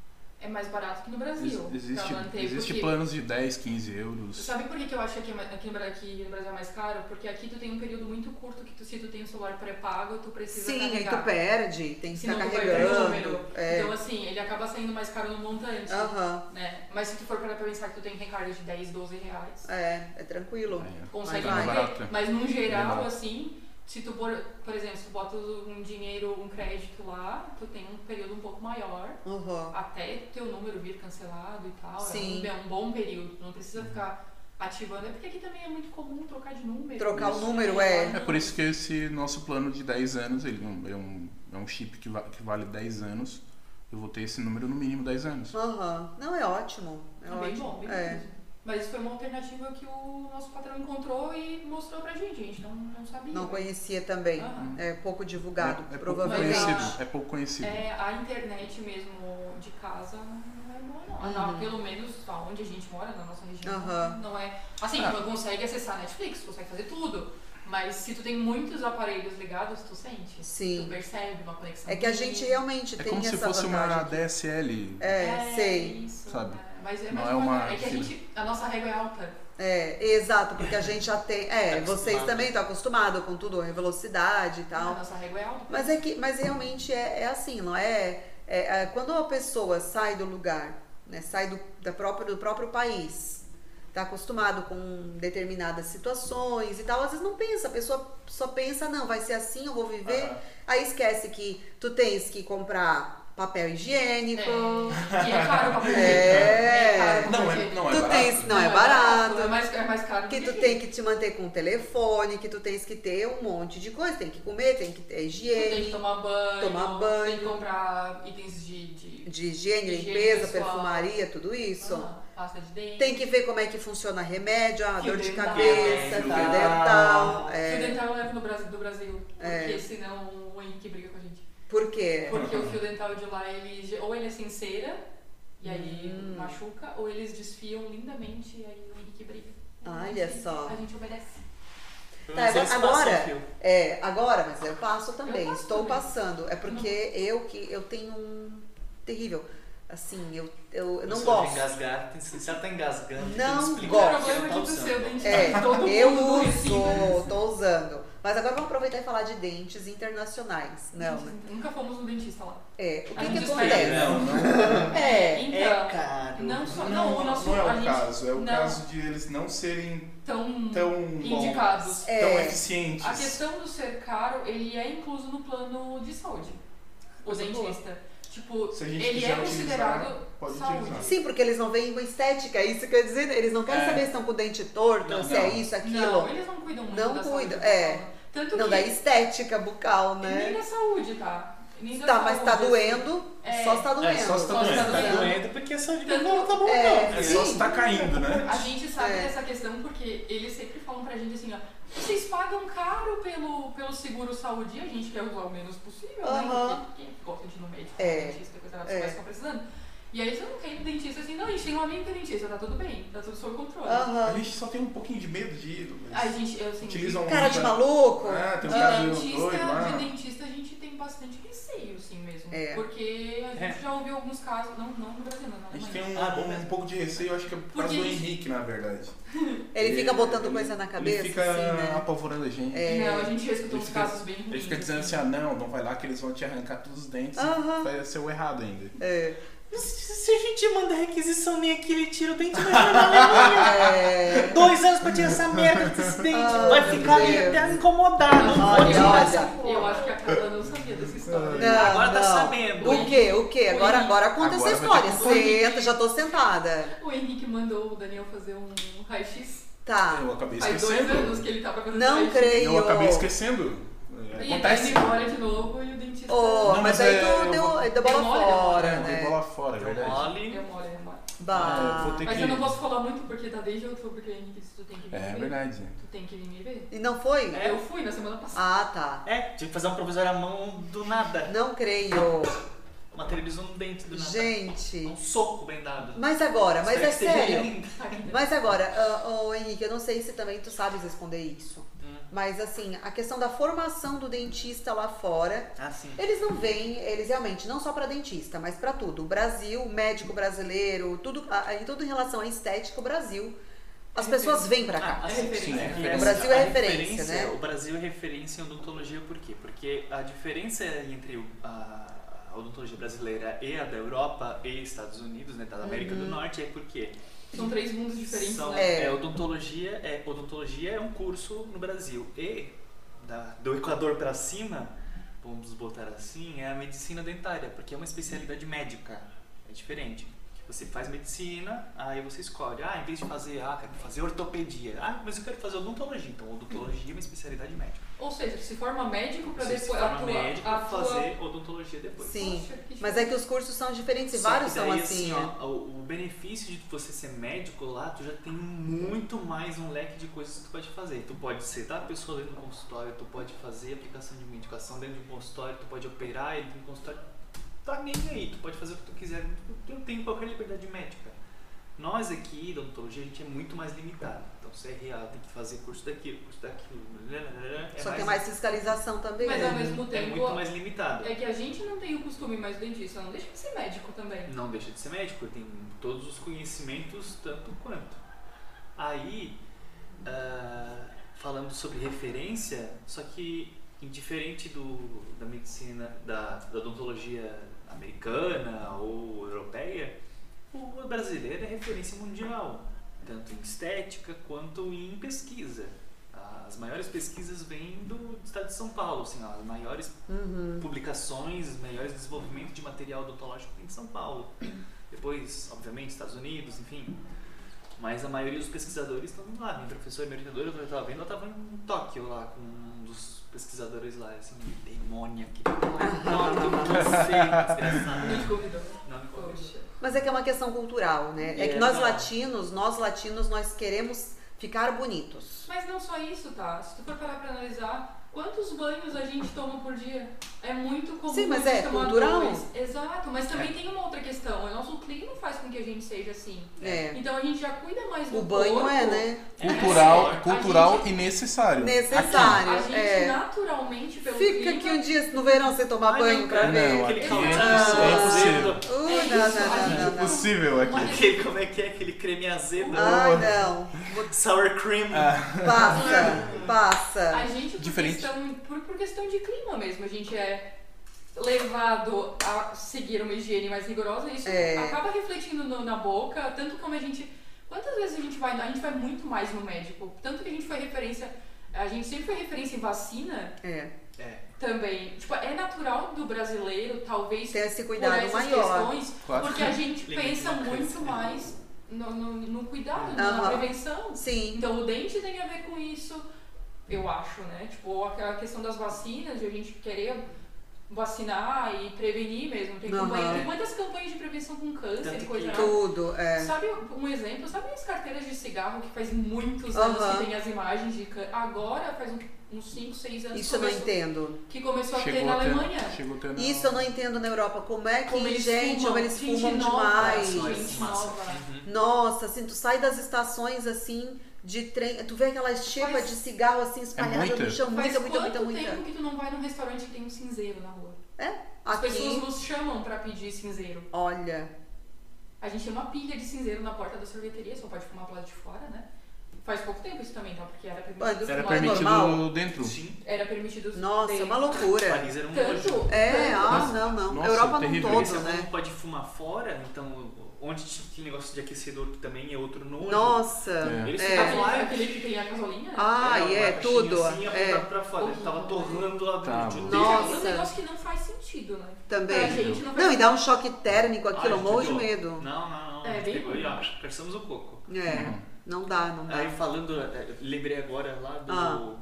é mais barato que no Brasil. Ex- existe pra manter, existe porque... planos de dez, quinze euros. Sabe por que, que eu acho que aqui no, aqui no Brasil é mais caro? Porque aqui tu tem um período muito curto que tu, se tu tem um celular pré-pago, tu precisa Sim, carregar. aí tu perde, tem que Senão ficar tu perde o carregando. número. É. Então assim, ele acaba saindo mais caro no montante. Aham. Né? Mas se tu for parar pra pensar que tu tem recarga de dez, doze reais, É, é tranquilo. É. consegue Mas vai. manter. Barato. Mas num Bem geral, barato. assim, se tu, por, por exemplo, se tu bota um dinheiro, um crédito lá, tu tem um período um pouco maior, Uhum. até teu número vir cancelado e tal. Sim. É um, é um bom período, tu não precisa ficar ativando. É porque aqui também é muito comum trocar de número. Trocar o Isso. número, é. É por isso que esse nosso plano de dez anos, ele não- é um, é um chip que, va- que vale dez anos. Eu vou ter esse número no mínimo dez anos. Aham. Não, é ótimo. É, É bem ótimo. bom, bem é. bom. Mas isso foi uma alternativa que o nosso patrão encontrou e mostrou pra gente. A gente não, não sabia. Não conhecia também. Aham. É pouco divulgado, é, é pouco provavelmente. conhecido. É pouco conhecido. É, a internet mesmo de casa não é boa, não. Uhum. Não, pelo menos onde a gente mora, na nossa região, Aham. não é. Assim, Ah. tu consegue acessar Netflix, tu consegue fazer tudo. Mas se tu tem muitos aparelhos ligados, tu sente. Sim. Tu percebe uma conexão. É que a gente realmente É tem como se essa fosse vantagem. uma aqui. D S L. É, sei. Isso, Sabe? é. Mas é Não mais é uma devagar. É que a fibra. gente. A nossa régua é alta. É, exato, porque a gente já tem. É, Tá vocês acostumado. também estão acostumados com tudo, a velocidade e A tal. nossa régua é alta. Mas é que, mas realmente é, é assim, não é, é, é quando uma pessoa sai do lugar, né, sai do, da própria, do próprio país, tá acostumado com determinadas situações e tal, às vezes não pensa, a pessoa só pensa, não, vai ser assim, eu vou viver, Aham. aí esquece que tu tens que comprar papel higiênico, É. E é caro pra fazer. É. caro pra Não, fazer. é, não é tu barato. tens, não é barato, É mais, é mais caro que do tu aqui. tem que te manter com o telefone, que tu tens que ter um monte de coisa, tem que comer, tem que ter Tu tem higiene, que tomar banho, tomar banho. tem que comprar itens de, de de higiene, Higiene limpeza, pessoal. perfumaria, tudo isso. ah, pasta de dente. Tem que ver como é que funciona remédio, a Fio dor de dental. cabeça, Fio fio dental. dental. Fio É, dental eu levo no Brasil, do Brasil, porque É. senão o Henrique briga com a gente. por quê? Porque o fio dental de lá, ele, ou ele é sem cera, e aí Hum. machuca, ou eles desfiam lindamente, e aí o Henrique briga. Olha A gente- só. A gente obedece. Pelo Tá, menos eles agora, passam o agora, fio. é, agora, mas eu passo também, Eu passo estou também. passando. É porque eu que eu tenho um terrível, assim, eu, eu, eu não Pessoa gosto. Engasgar, tem- se ela tá engasgando, tem Não que explicar gosto. que O ela problema tá de tu ser o usando. dentista. É, Todo eu mundo do recinto. uso, tô usando. Mas agora vamos aproveitar e falar de dentes internacionais. Não, né? Nunca fomos no dentista lá. É, o A que que gente acontece? espera. Não, não, É, Então, É caro. não só. Não, não, o nosso. não é a o gente, caso. É o não, caso de eles não serem tão, tão indicados. bons, É. tão eficientes. A questão do ser caro, ele é incluso no plano de saúde. O Coisa boa. dentista. Tipo, Se a gente ele quiser é considerado utilizar, pode saúde. utilizar. sim, porque eles não veem com estética, é isso que eu ia dizer. Eles não querem É. saber se estão com o dente torto, Não, se é não. isso, aquilo. Não, eles não cuidam muito Não da cuidam, saúde é. bucal. Tanto Não, que da estética bucal, nem né? da saúde, tá? Nem da Tá, mas tá saúde, doendo, É. só se tá doendo. É, só se tá Só se tá doendo. Tá doendo. doendo porque a saúde Tanto- não tá bom, é, não. É sim. só se tá caindo, né? A gente sabe É. dessa questão porque eles sempre falam pra gente assim, ó, vocês pagam caro pelo, pelo seguro saúde e a gente quer usar o menos possível, Aham. né? Porque quem gosta de ir no médico, É. dentista, coisa lá, É. vai ficar precisando. E aí você não quer ir no dentista assim, não, a gente tem um amigo que é dentista, tá tudo bem, tá tudo sob controle. A Aham. gente só tem um pouquinho de medo de ir. mas A gente, eu assim, utilizam Cara de um- maluco. Ah, tem um de cara dentista, doido lá. de dentista a gente tem bastante receio, assim mesmo. É. Porque a gente É. já ouviu alguns casos, não, não no Brasil, não, na A gente Alemanha. tem um, Ah, bom um mesmo. pouco de receio, eu acho que é por Porque causa do a gente- Henrique, na verdade. Ele fica botando ele- coisa na cabeça, Ele fica assim, né? apavorando a gente. É. Não, a gente já escutou Ele uns fica- casos bem ruins. Ele fica dizendo assim, ah não, não vai lá que eles vão te arrancar todos os dentes. Aham. Vai ser o errado ainda. É. Se se a gente manda requisição nem aqui, ele tira o dente, imagina na Alemanha. É. Dois anos pra tirar essa merda desse dente. Ah, Vai meu ficar ali Deus. até incomodado. Não vou Olha, tirar olha. essa porra. Eu acho que a Carla não sabia dessa história. Não, Agora tá não. sabendo. O quê? O quê? Agora, agora conta Agora essa vai ter história. que- Senta, já tô sentada. O Henrique mandou o Daniel fazer um raio-x. Tá. Eu acabei Faz dois esquecendo. anos que ele tava fazendo Não raio-x. creio. Eu acabei esquecendo. E Acontece. ele embora de novo e o dentista... Oh, Não, mas mas aí é, tu eu deu, vou- deu bola Deu mole, fora, É, né? dei bola fora, é Deu verdade. mole. Deu mole, deu mole. Bah. É, vou ter Mas que- eu não posso falar muito porque tá desde outubro que o Henrique disse que tu tem que vir me É ver. verdade. Tu tem que vir me ver. E não foi? Eu fui na semana passada. Ah, tá. É, tive que fazer um provisório à mão do nada. Não creio. Materializou no dente do nada. Gente. Um soco bem dado. Mas agora, mas Espero é que esteja sério. ainda. Tá aqui. Mas agora, ah, ô Henrique, eu não sei se também tu sabes responder isso. Hum. Mas assim, a questão da formação do dentista lá fora, Ah, sim. eles não veem, eles realmente, não só para dentista, mas para tudo. O Brasil, o médico brasileiro, tudo, a- em tudo em relação à estética, o Brasil, as pessoas vêm para cá. Ah, assim, referência. sim, é O referência. Brasil é A referência, né? O Brasil é referência em odontologia por quê? Porque a diferença entre o- a, a odontologia brasileira e a da Europa e Estados Unidos, né, da América do Norte, é porque São três mundos diferentes, são, né? É. é, odontologia, é, odontologia é um curso no Brasil e da, do Equador para cima, vamos botar assim, é a medicina dentária, porque é uma especialidade médica, é diferente. Você faz medicina, aí você escolhe, ah, em vez de fazer, ah, quero fazer ortopedia, ah, mas eu quero fazer odontologia, então odontologia é uma especialidade médica. Ou seja, se forma médico pra Você se depois forma atua, médico pra atua- fazer odontologia depois. Sim, Poxa, que mas é que os cursos são diferentes e Só vários que são daí, assim, ó. O, o benefício de você ser médico lá, tu já tem muito mais um leque de coisas que tu pode fazer. Tu pode sedar a pessoa dentro do consultório, tu pode fazer aplicação de medicação dentro do consultório, tu pode operar ele no consultório. Tá nem aí, tu pode fazer o que tu quiser, tu não tem qualquer liberdade médica. Nós aqui, da odontologia, a gente é muito mais limitado. Então, você é real, tem que fazer curso daquilo, curso daquilo. É Só que é mais fiscalização também. Mas né? ao mesmo é tempo, muito mais limitado. é que a gente não tem o costume, mas o dentista não deixa de ser médico também. Não deixa de ser médico, tem todos os conhecimentos tanto quanto. Aí, ah, falando sobre referência, só que indiferente do, da medicina, da, da odontologia americana ou europeia, o brasileiro é referência mundial, tanto em estética quanto em pesquisa. As maiores pesquisas vêm do estado de São Paulo, assim, ó, as maiores Uhum. publicações, os melhores desenvolvimentos de material odontológico tem em São Paulo. Depois, obviamente, Estados Unidos, enfim. Mas a maioria dos pesquisadores estão lá. Minha professora, minha orientadora, eu estava vendo, ela estava em Tóquio lá com um dos pesquisadores lá, assim, demônia, que não, não sei, desgraçado. Não te convidou. Não me convidou. Poxa. Mas é que é uma questão cultural, né? É, É, que nós não. latinos, nós latinos, nós queremos ficar bonitos. Mas não só isso, tá? Se tu for parar pra analisar, quantos banhos a gente toma por dia? É muito comum. Sim, mas a gente é tomar cultural. dois. Exato, mas também tem uma outra questão. O nosso clima faz com que a gente seja assim. É. Então a gente já cuida mais do O banho corpo. é, né? Cultural, É, cultural a gente- e necessário. Necessário. A gente é. naturalmente, pelo Fica clima... aqui um dia no verão sem tomar Ai, banho não, pra cara, ver. Não, aquele aqui caldinho é impossível. azedo. Uh, É não, isso, não, a não, gente não, não. Impossível Uma aqui. Aquele, como é que é? Aquele creme azedo. Ai, não. Sour cream. Passa, passa. A gente, por, Diferente. questão, por, por questão de clima mesmo, a gente é levado a seguir uma higiene mais rigorosa e isso É. acaba refletindo no- na boca, tanto como a gente... Quantas vezes a gente vai... A gente vai muito mais no médico, tanto que a gente foi referência... A gente sempre foi referência em vacina É. É. também. Tipo, é natural do brasileiro, talvez, Ter esse por cuidado essas maior. questões, Claro. porque a gente Limite pensa na muito câncer. mais no, no, no cuidado, Aham. na prevenção. Sim. Então o dente tem a ver com isso, eu acho, né? Tipo, a questão das vacinas, de a gente querer vacinar e prevenir mesmo. Tem, Aham. campanha, tem muitas campanhas de prevenção com câncer Tanto e coisa que- lá. Tudo, é. Sabe um exemplo? Sabe as carteiras de cigarro que faz muitos anos Aham. que tem as imagens de câncer? Agora, faz um- uns cinco, seis anos Isso eu não começou- entendo. que começou a ter Chegou na a ter, Alemanha. chegou a ter na- Isso eu não entendo na Europa. Como é que, Como eles gente, fumam, como eles gente fumam nova, demais. gente Massa. nova. Uhum. Nossa, assim, tu sai das estações assim, de trem, tu vê aquelas xepas Faz- de cigarro assim espalhadas muita? no chão, Faz muita, muita, quanto muita, muita. tempo que tu não vai num restaurante que tem um cinzeiro na rua? É, As aqui, pessoas nos chamam pra pedir cinzeiro. olha, A gente tem uma pilha de cinzeiro na porta da sorveteria, só pode fumar pro lado de fora, né? Faz pouco tempo isso também, tá? Porque era permitido Olha, Era fumar. permitido normal. dentro. Sim. Era permitido nossa, é dentro. uma loucura. Paris era um Tanto, nojo. É, tanto, ah, não, não. Nossa, Europa terrível. no Você todo, não né? pode fumar fora, então onde tinha negócio de aquecedor que também é outro nojo. Nossa, É. Eles é. ficavam lá Aquele, aquele que tem a gasolina? Ah, uma e é, caixinha tudo. Assim, É. apontado pra fora. Ele tava torrando lá Tá. dentro. Nossa. É um negócio que não faz sentido, né? Também. Pra gente não faz Não, e dá um choque térmico aquilo, eu Ai, morro de judiou. medo. Não, não, não. É, bem Pegou e ó, ruim. caçamos o coco. É, não dá, não dá. Aí falando, é, lembrei agora lá do. Ah.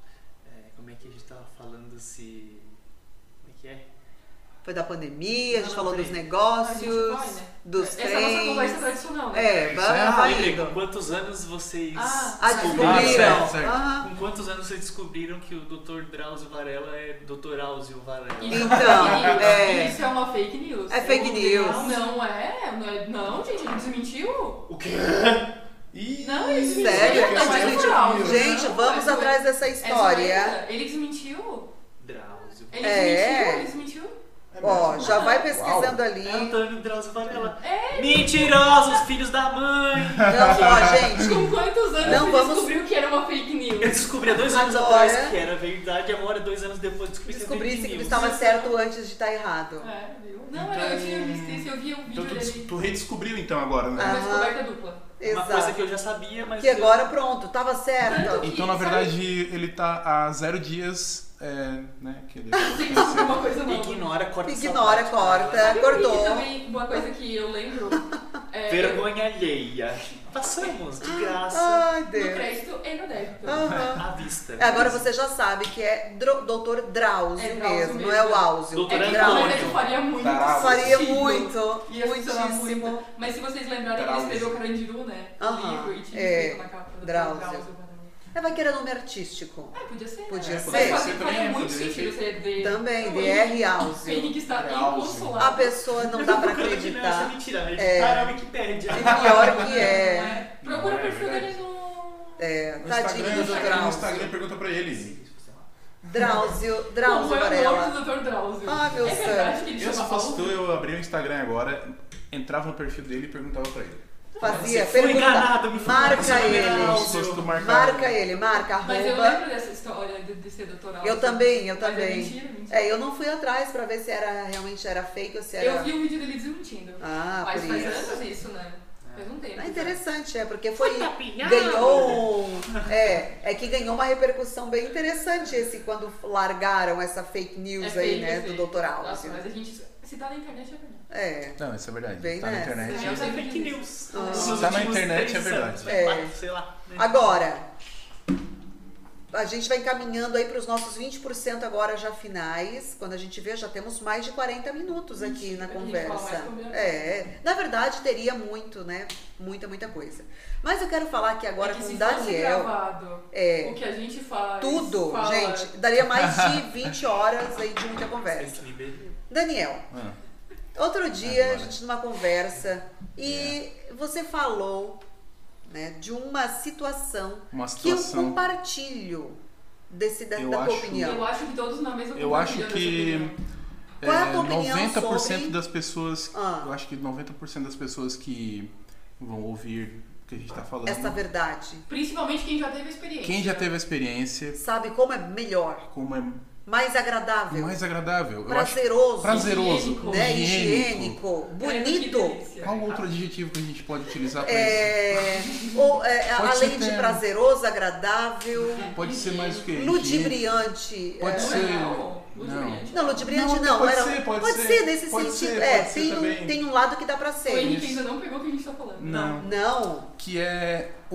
é, como é que a gente tava falando se. Como é que é? Foi da pandemia, a gente Não, falou não, dos tem. A negócios, gente vai, né? dos Essa é a nossa trens. conversa tradicional, né? É, vai, Ah, vai lembrei, com indo. quantos anos vocês. Ah, Ah, descobriram. descobriram. certo, certo. Aham. Com quantos anos vocês descobriram que o doutor Drauzio Varela é doutor Áuzio Varela? Isso Então, é fake news. é. Isso é uma fake news. É fake Meu news. Deus, Não é, não é. Não, gente, a gente desmentiu. O quê? Ih, Não, ele desmentiu. Sério? Essa Mas eu é não moral. tinha. Gente, Não, vamos é atrás zoeira. dessa É história. zoeira. Ele desmentiu. Drauzio. Ele É. desmentiu, ele desmentiu. É Ó, mesmo? já vai pesquisando ali. É Antônio Drauzio Varela. É. Mentirosos, filhos da mãe! Não, ó, gente. Com quantos anos Não você vamos- descobriu que era uma fake news? Eu descobri há dois anos Agora- atrás que era verdade, agora dois anos depois descobri que é Descobrisse fake que ele news. estava certo antes de estar errado. É, viu? Não, Então- eu tinha visto isso, eu vi um Então vídeo tu, dele. des- tu redescobriu então agora, né? Uma Ah. descoberta dupla. Uma coisa Exato. que eu já sabia, mas... Que eu- agora pronto, tava certo. Então, na verdade, ele tá há zero dias, é, né, que ele Tem que descobrir uma coisa nova. Ignora, corta essa Ignora, parte. corta. Sabe um vídeo cortou. também, uma coisa que eu lembro. É, Vergonha alheia. Passamos, de graça, Ai, No Deus. crédito e no débito. Aham. à vista. Agora você já sabe que é Dro- doutor Drauzio, É Drauzio mesmo, não mesmo. é o Áuzio. Doutor É É que Drauzio. mas é que faria muito Drauzio. Faria sentido. muito, Ia funcionar muitíssimo. muito. Mas se vocês lembrarem que ele Drauzio. escreveu Carandiru, né? No Aham, livro e tinha é, escrito na capa do Drauzio. Drauzio. É, vai querer nome artístico. É, podia ser. Podia né? ser. Mas Podia faria, ser faria também, muito poderia sentido ser. ser D. Também, O D R Áuzio. Henrique está Áuzio. inconsolável. A pessoa não dá pra Não, isso é acreditar. mentira, né? É. Tá na Wikipédia. E pior que Não é. Procura Não, o é perfil verdade. dele no... É, No tadinho Instagram, do chega no Drauzio. Instagram, pergunta pra ele. Drauzio, Como Drauzio é o Varela. nome do doutor Drauzio? Ah, meu É verdade que ele Eu, se chama fosse tu, Drauzio? eu abria o Instagram agora, entrava no perfil dele e perguntava pra ele. Fazia, Você foi pergunta, enganado, me foi marca enganado, ele. Como se fosse tu marcar. Marca ele, marca, Mas eu arroba. lembro dessa história de, de ser doutoral. Eu também, eu Mas é também. mentira, mentira. É, eu não fui atrás pra ver se era realmente era fake ou se era. Eu vi um vídeo dele desmentindo. Ah, Mas por faz isso. anos isso, né? Faz um tempo. É interessante, é, porque foi. Foi tapinhado. Ganhou. um- É, é que ganhou uma repercussão bem interessante esse quando largaram essa fake news É aí, fake, né, é do fake. doutor Nossa, Áuzio. mas a gente... Se tá na internet, é verdade. É. Não, isso é verdade. Bem tá na nessa. internet. Eu Isso é sempre fake digo. news. Ah. Nos Se tá na últimos internet, três é verdade. anos, É. quatro, sei lá. né? Agora, a gente vai encaminhando aí para os nossos vinte por cento agora já finais. Quando a gente vê, já temos mais de quarenta minutos aqui na a gente fala conversa. mais sobre a- É, na verdade teria muito, né? Muita, muita coisa. Mas eu quero falar aqui agora É que com se o fosse Daniel. gravado É. o que a gente faz... Tudo, fala- gente, daria mais de vinte horas aí de muita conversa. Esse nível. Daniel, Ah, outro dia Agora. a gente numa conversa e você falou, né, de uma situação uma que eu situação. compartilho desse, da, Eu da tua acho- opinião. Eu acho que todos na mesma Eu acho compartilham que dessa opinião. Qual é a tua opinião noventa por cento sobre- das pessoas, Ah. eu acho que noventa por cento das pessoas que vão ouvir o que a gente tá falando, Essa verdade. Principalmente quem já teve a experiência. quem já teve a experiência, Sabe como é melhor, como é mais agradável, mais agradável, eu acho prazeroso, prazeroso, higiênico, né, higiênico. higiênico, Credo, que bonito. delícia. Qual outro adjetivo que a gente pode utilizar para isso? É, ou, é, Pode além ser de até- prazeroso, agradável, Pode ser mais o que? ludibriante. Pode é, ser. Não, ludibriante. Não, ludibriante Não, não. pode era- ser, pode ser. nesse Pode sentido. ser, é, pode ser tem, um, também. tem um lado que dá pra O ser. Henrique Isso. ainda não pegou o que a gente tá falando. Não. Não. Que é o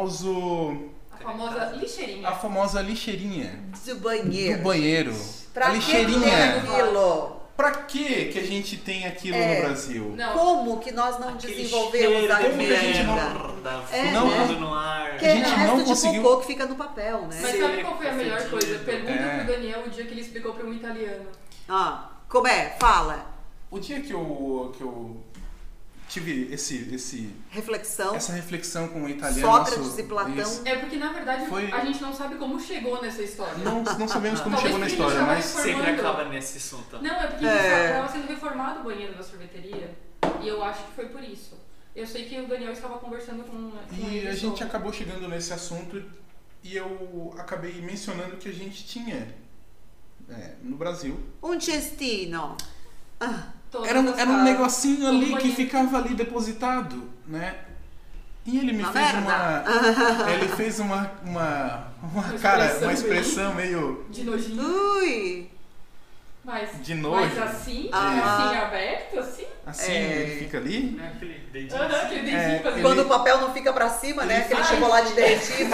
famoso A famosa lixeirinha. a famosa lixeirinha Do banheiro. do banheiro. Pra a que tem lixeirinha. aquilo? Pra que que a gente tem aquilo É. no Brasil? Não. Como que nós não Aquele desenvolvemos cheiro a de Como que a gente não- merda, É, fumando né? no ar. Que é gente resto não de conseguiu- cocô que fica no papel, né? Mas sabe qual foi a melhor Seco, coisa? fedido. Pergunta É. pro Daniel o dia que ele explicou pra um italiano. Ah, como é? Fala. O dia que eu que eu tive esse esse Reflexão. essa reflexão com o italiano Sócrates nosso- e Platão. isso. É porque, na verdade, Foi- a gente não sabe como chegou nessa história. Não, não sabemos como Talvez chegou na porque a gente história, tava mas reformando. Sempre acaba nesse assunto. Não, é porque É. estava sendo reformado o banheiro da sorveteria. E eu acho que foi por isso. Eu sei que o Daniel estava conversando com, com E ele a gente sobre- acabou chegando nesse assunto e eu acabei mencionando que a gente tinha é, no Brasil. Um cestino. Ah, todas Era, um- as era um casas, negocinho todo ali que banheiro. ficava ali depositado, né? E ele me Uma fez merda. uma. Ele fez uma. Uma, uma Uma cara, expressão uma expressão meio De nojinho. Ui. Mas, de nojo. mas assim, Ah. assim, aberto, assim. Assim, É. ele fica ali. É aquele dedinho. Aham, aquele dedinho É, fazendo Quando o papel não fica pra cima, né? Ele Aquele faz. chocolate derretido.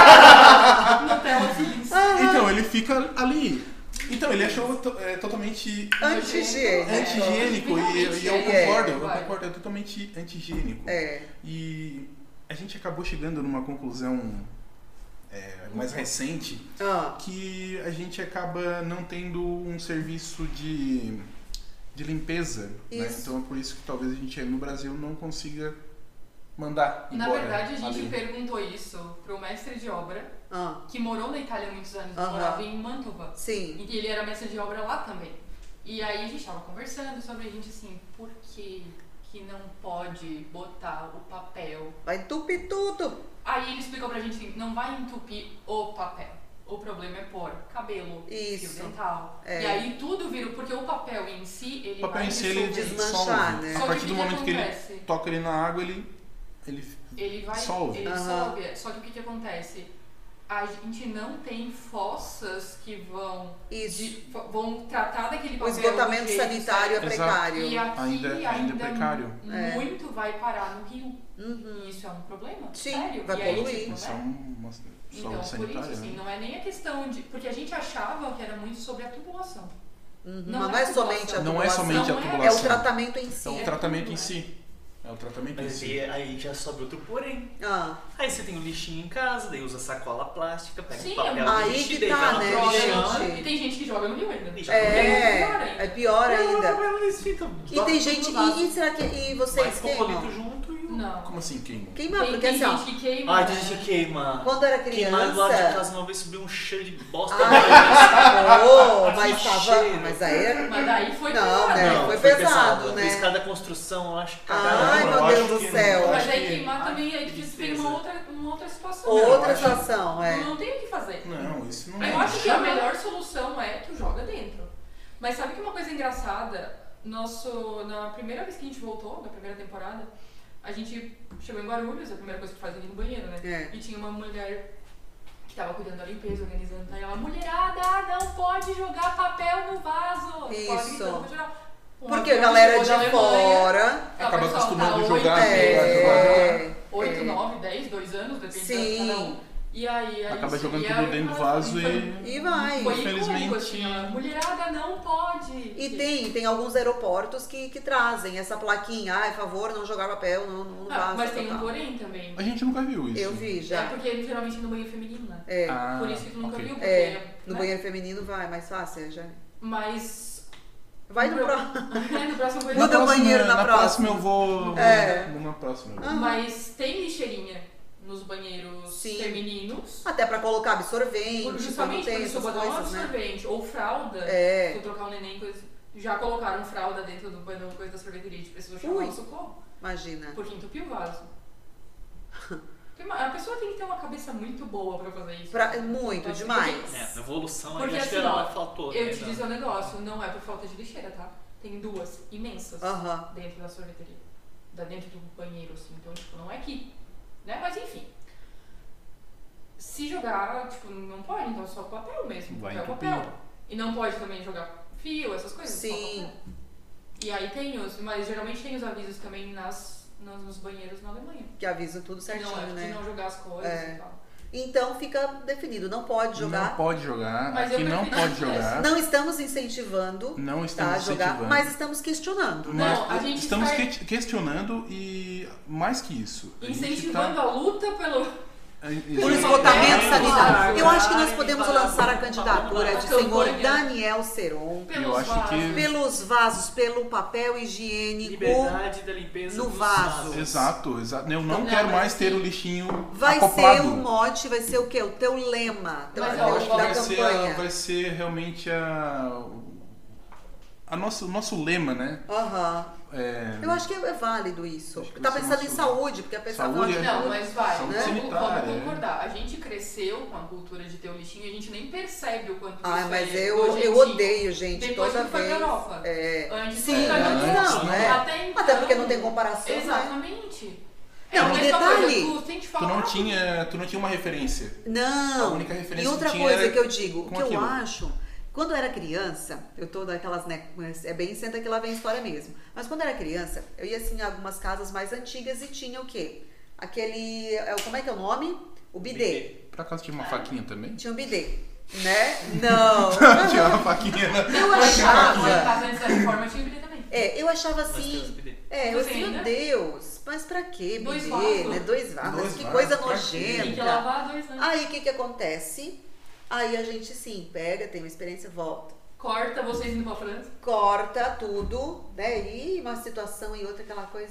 Nutella feliz. Então, ele fica ali. Então, ele achou to- é, totalmente Anti-higiênico. anti-higiênico. E, e eu É, concordo, eu vai. concordo, é totalmente anti-higiênico. É. E a gente acabou chegando numa conclusão é, mais recente Ah, que a gente acaba não tendo um serviço de, de limpeza. Né? Isso. Então é por isso que talvez a gente no Brasil não consiga mandar Na embora verdade, a gente ali. perguntou isso pro mestre de obra, Ah, que morou na Itália há muitos anos, Aham. morava em Mantova. sim. E ele era mestre de obra lá também. E aí a gente tava conversando sobre a gente assim, por que que não pode botar o papel? Vai entupir tudo. Aí ele explicou pra gente assim, não vai entupir o papel. O problema é pôr cabelo, Isso. fio dental. É. E aí tudo vira, porque o papel em si, ele O papel vai em si ele dissolver. Desmanchar, dissolve. né? A Só que partir o do que que momento que ele acontece? toca ele na água, ele, ele Ele vai, dissolve. ele Aham. dissolve. Só que o que que acontece? A gente não tem fossas que vão, Isso. de- vão tratar daquele O papel esgotamento do jeito sanitário é certo. Exato. precário. E aqui Ainda- ainda, ainda é precário. É. muito vai parar no rio. Uhum. E isso é um problema? Sim, Sério? vai e aí, poluir. tipo, Isso é né? uma Então, saúde por isso, sanitária. assim, né? não é nem a questão de... Porque a gente achava que era muito sobre a tubulação. Uhum. Não Mas é não é tubulação. somente a Não é tubulação. somente a Não é- É o tubulação. tratamento em si. É o É tratamento tudo, em né? si. É o tratamento em Mas si. aí, aí já sobe outro porém. Ah, Aí você tem o lixinho em casa, daí usa sacola plástica, pega Sim, o papel é do aí lixo que e daí tá, vai lá né, pro Joga lixão. gente? E tem gente que joga no rio ainda. E já pior é, ainda. é pior ainda. Eles ficam- E bota tem tudo gente. no vaso. E, e será que. E Vai vocês copolito queimam? junto e o... Não. Como assim queima? Queimar, Tem, porque tem assim, ó, gente que queima. Ai, né? tem gente que queima. quando era Queimar do lado de criança. casa uma vez subiu um cheiro de bosta. Ah, oh, mas Que tava. cheiro. Mas aí era. Mas daí foi Não, pesado. né? Não, foi foi pesado, né? A escada da construção, eu acho que Ai, cagaram. meu eu Deus acho do que- céu. eu Mas acho aí que- queimar também é que tem uma outra, uma outra situação. né? Outra eu acho- situação, é. Não tem o que fazer. Não, isso não Eu é. acho que a melhor solução é tu joga dentro. Mas sabe que uma coisa engraçada? Nosso, na primeira vez que a gente voltou, na primeira temporada, a gente chegou em Guarulhos, a primeira coisa que faz é ir no banheiro, né? É. E tinha uma mulher que tava cuidando da limpeza, organizando. Aí ela, mulherada, não pode jogar papel no vaso. Ela Isso. gritando pra geral. Um Porque a avião galera chegou de da Alemanha, fora. a Acaba pessoa acostumando tá a jogar, oito, É, oito, é. nove, dez, dois anos, depende Sim. de cada um. E aí, aí Acaba isso- jogando e tudo aí dentro do foi- vaso foi- e- E vai. Foi Infelizmente- icônico, assim, ó, mulherada não pode. E tem, tem alguns aeroportos que, que trazem essa plaquinha, ai, favor, não jogar papel no, no Ah, vaso. mas tem um tal. porém também. A gente nunca viu isso. Eu vi É já. porque geralmente no banheiro feminino, né? É, Ah, Por isso que tu nunca ok. viu, porque... é, no né? banheiro feminino vai, mais fácil, já. Mas... Vai no pro- próximo. É, no próximo Muda banheiro. o banheiro na na próxima. próxima eu vou. É. Na próxima eu vou. Ah. Mas tem lixeirinha nos banheiros Sim. femininos. Até pra colocar absorvente, Por- quando Justamente tem porque se tu essas botar um coisas, né? absorvente ou fralda, É. se tu trocar um neném, coisa, já colocaram fralda dentro do banheiro, coisa da sorveteria, de precisou chamar Ui. o socorro. Imagina. Porque entupiu o vaso. Tem uma- A pessoa tem que ter uma cabeça muito boa pra fazer isso. Pra- muito, Porque- demais. É, na evolução Porque aí acho que assim, ó, ela faltou. Eu né, te da- dizer um negócio, não é por falta de lixeira, tá? Tem duas imensas Aham. dentro da sorveteria. Da dentro do banheiro, assim. Então, tipo, não é que. Né? Mas enfim. Se jogar, tipo, não pode, então só papel mesmo. Vai papel, entupir. papel. E não pode também jogar fio, essas coisas. só Sim. papel. E aí tem os, mas geralmente tem os avisos também nas, nos, nos banheiros na Alemanha. Que avisa tudo De certinho, não, de né? não jogar as coisas É. e tal. Então fica definido, não pode jogar. Não pode jogar. Mas Aqui eu não prefiro pode que tivesse. jogar. Não estamos incentivando Não tá, estamos a jogar, incentivando. mas estamos questionando. Não, Né? a gente Estamos está que- questionando e mais que isso. a gente incentivando tá- a luta pelo. a- Por exatamente. esgotamento É, sanitário. Eu acho que nós Parem podemos de parar lançar a com candidatura a de senhor campanha. Daniel Seron pelos Eu acho vasos. que- pelos vasos, pelo papel higiênico. Liberdade da limpeza no dos vaso. vasos. Exato, exato. Eu não Não, quero mas mais ter sim. o lixinho Vai acoplado. ser o mote, vai ser o quê? O teu lema teu- Mas, da ó, Eu acho que da vai ser, a- campanha. vai ser realmente a, a nosso, o nosso lema, né? Aham. É, Eu acho que é válido isso. Acho que Tá vai ser pensando em nosso- saúde, porque a pessoa Saúde fala, é- Não, mas vai, Saúde né? sanitária, Vamos é. concordar. A gente cresceu com a cultura de ter o lixinho e a gente nem percebe o quanto Ah, isso mas é eu, eu nojentinho. odeio, gente, Depois toda que foi pra vez. Europa. É. Antes Sim, nunca antes viu. não, né? Até, então, Até porque não tem comparação, né? Exatamente. Não, é a um mesma detalhe, coisa, tu tem que tu falar. não tinha, tu não tinha uma referência. Não. A única referência E outra que tinha coisa era que eu digo, o com que eu aquilo. acho, quando eu era criança, eu tô daquelas, né, é bem senta que lá vem história mesmo. Mas quando eu era criança, eu ia assim em algumas casas mais antigas e tinha o quê? Aquele, é, como é que é o nome? O bidê. Por acaso tinha uma faquinha também? Tinha um bidê, né? Não. Tinha uma faquinha, né? Eu Lá em achava, casa, antes da reforma, tinha bidê também. é, eu achava Nós temos assim, bidê. é, eu Você assim, meu ainda? Deus, mas pra quê Dois bidê, vasos. né? Dois vasos, Dois que vasos, coisa pra quê? Tem que nojenta. lavar dois anos. Aí o que que acontece? Aí a gente sim, pega, tem uma experiência, volta. Corta vocês indo pra França. Corta tudo, né? E uma situação e outra, aquela coisa.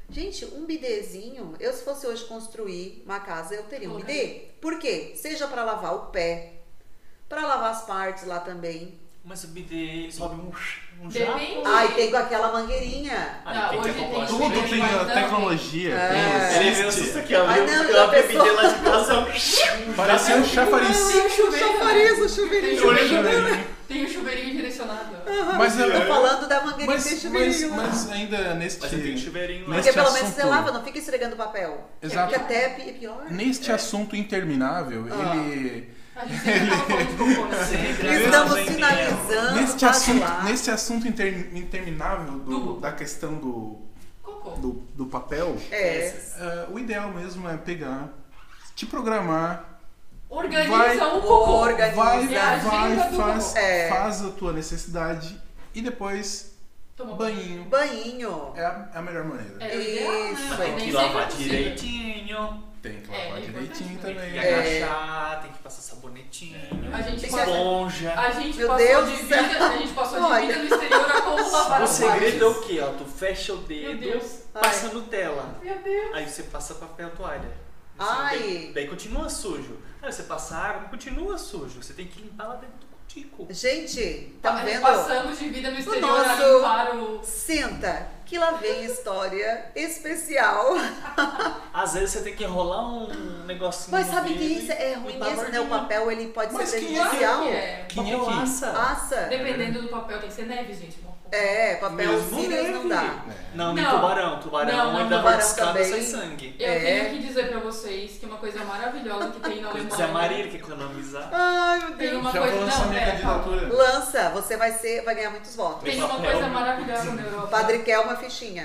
Gente, um bidêzinho, eu se fosse hoje construir uma casa, eu teria um bidê. Por quê? Seja para lavar o pé, para lavar as partes lá também. Mas o bidê, ele sobe um, um Depende. jato. Ah, e tem com aquela mangueirinha. Ah, Não, tem que hoje tem acompanhar. Tudo tem a chuveiro tecnologia. É. Tem Ele esse- me assusta aqui, ó. Ai, Eu não, eu já abri o pensou? bidê lá de casa. Parecia um chafariz. Tem o chuveiro. Chafariz, o Tem chuveirinho. o chuveirinho. Tem o chuveirinho direcionado. Mas, Eu tô é- falando da mangueirinha mas, que tem mas, chuveirinho. lá. mas ainda neste, Mas tem chuveirinho lá. Porque neste pelo menos você assunto- lava, não fica esfregando papel. Exato. Porque até é pior. neste assunto interminável, Ah. ele... A gente sempre tava falando de cocô, né? Sempre. Estamos Às vezes finalizando. Neste tá assunto, lá. neste assunto inter- interminável do- Do- da questão do, Cocô. do, do papel, É. é, o ideal mesmo é pegar, te programar, Organiza Vai- o cocô. Organiza. vai, É a vai, agenda do faz, cocô. É. faz a tua necessidade e depois Toma banhinho. Banhinho. É a, é a melhor maneira. É o ideal, né? Isso. Mas Tem nem que sempre lavar é possível. direitinho. Tem que É, lavar é direitinho importante, Tem também. que É. agachar, tem que passar sabonetinho. A gente Tem que passou, Esponja. a gente Meu passou Deus de do céu. vida, a gente passou de Olha. vida no exterior a como lavar O as segredo é o partes. quê? Ó, tu fecha o Meu dedo, Deus. passa Nutella. Meu Deus. Aí você passa papel toalha. Ai. Daí, daí continua sujo. Aí você passa água, continua sujo. Você tem que limpar lá dentro do cutico. Gente, tá Pa- vendo? Passamos de vida no exterior a nosso- limpar o... Senta, que lá vem história especial. Às vezes você tem que enrolar um negocinho. Mas no sabe que vidro isso é e ruim limpar mesmo, né? O bordinho. papel ele pode Mas ser quem é Claro prejudicial. que é. Quem é Papel que- assa. Passa. Dependendo do papel, tem que ser neve, gente. É, papel Mesmo Sirius não neve. dá. É. Não, nem Não. tubarão. Tubarão Não, não, ainda tubarão vai escada também. sai sangue. Eu É. tenho que dizer pra vocês que uma coisa maravilhosa que tem na Coisa de Alemanha... Zé Maria que economizar. Ai, meu Tem Deus. uma Já coisa... vou lançar Não, minha pera, calma. candidatura. Lança, você vai ser, vai ganhar muitos votos. Tem uma Papel. coisa maravilhosa na Europa. Padre quer uma fichinha.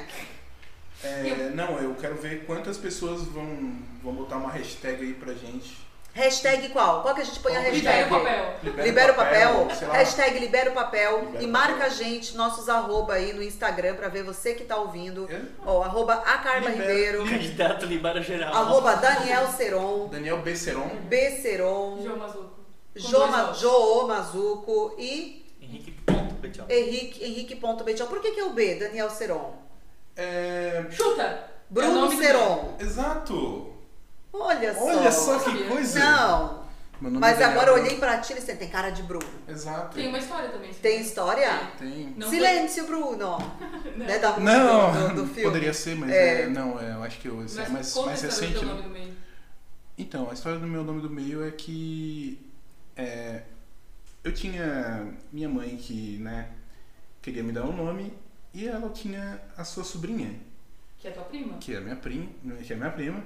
É, não, eu quero ver quantas pessoas vão, vão botar uma hashtag aí pra gente. Hashtag qual? Qual que a gente põe a Libera hashtag? o papel. Libera o papel, sei lá. hashtag libera o papel Libera e o marca papel. a gente, nossos arroba aí no Instagram pra ver você que tá ouvindo. É? Ó, arroba a Carla Libera- Ribeiro, Candidato libera geral. arroba Daniel Seron, Daniel Beceron. B Seron, João Mazuco. Com Jo dois Ma- Os. Joô Mazuco e Henrique Ponto, Petião. Henrique, Henrique Ponto Betião. Por que que é o B, Daniel Seron? É... Chuta! É o Bruno nome do Seron. Exato! Olha só. Olha só que Sabia. coisa! Não, Meu nome mas é Daniel agora eu Bruno. olhei pra ti e você tem cara de Bruno. Exato. Tem uma história também. Tem história? Tem. Não Silêncio, Bruno. Né, da música Não, do, do filme. poderia ser, mas É. é, não, é, eu acho que eu, Mas, é mais, conta mais a história do recente. teu né? nome do meio. Então, a história do meu nome do meio é que é, eu tinha minha mãe que, né, queria me dar um nome e ela tinha a sua sobrinha, Que é tua prima. que é minha prima, que é minha prima,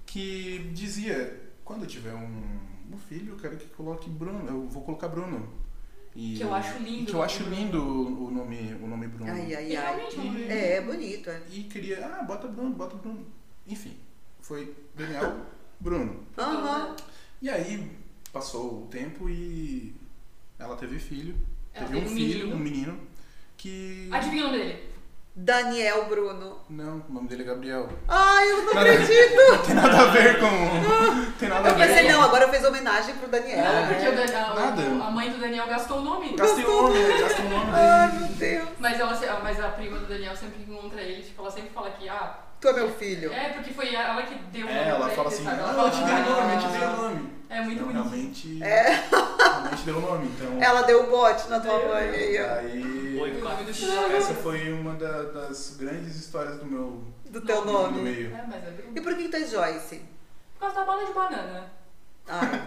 que dizia, quando eu tiver um, um filho, eu quero que coloque Bruno, eu vou colocar Bruno. E, Que eu acho lindo e que o eu nome acho Bruno. lindo o nome, o nome Bruno. Ai, ai, E ai. realmente é um nome É, é bonito, é. E queria, ah, bota Bruno, bota Bruno. Enfim, foi Daniel Bruno. Aham. E aí passou o tempo e ela teve filho. Ela teve um teve um filho, menino. um menino, que. Adivinha o nome dele? Daniel Bruno. Não, o nome dele é Gabriel. Ai, eu não Nada- acredito. Não tem nada a ver com. Tem nada a Eu pensei, ver não, com. agora fez homenagem pro Daniel. Não, É, porque o Daniel, nada. a mãe do Daniel gastou o nome. Gastei o nome, gastei o nome Ai, dele. meu Deus. Mas, ela, se- ah, mas a prima do Daniel sempre encontra ele, tipo, ela sempre fala que, ah, Tu é meu filho. é porque foi ela que deu o nome É, ela pra fala ele, assim, sabe? ah, Ela eu fala te que, dei o nome, eu te ah, dei o nome. É muito Não, bonito. realmente. É. Realmente deu o nome, então. Ela deu o bote na tua mãe aí, ó. Aí. Oi, O nome do Essa filho. foi uma da- das grandes histórias do meu Do teu Nome. do nome. meio. É, mas é Bruno. E por que que tu és Joyce? Por causa da bala de banana. Ai,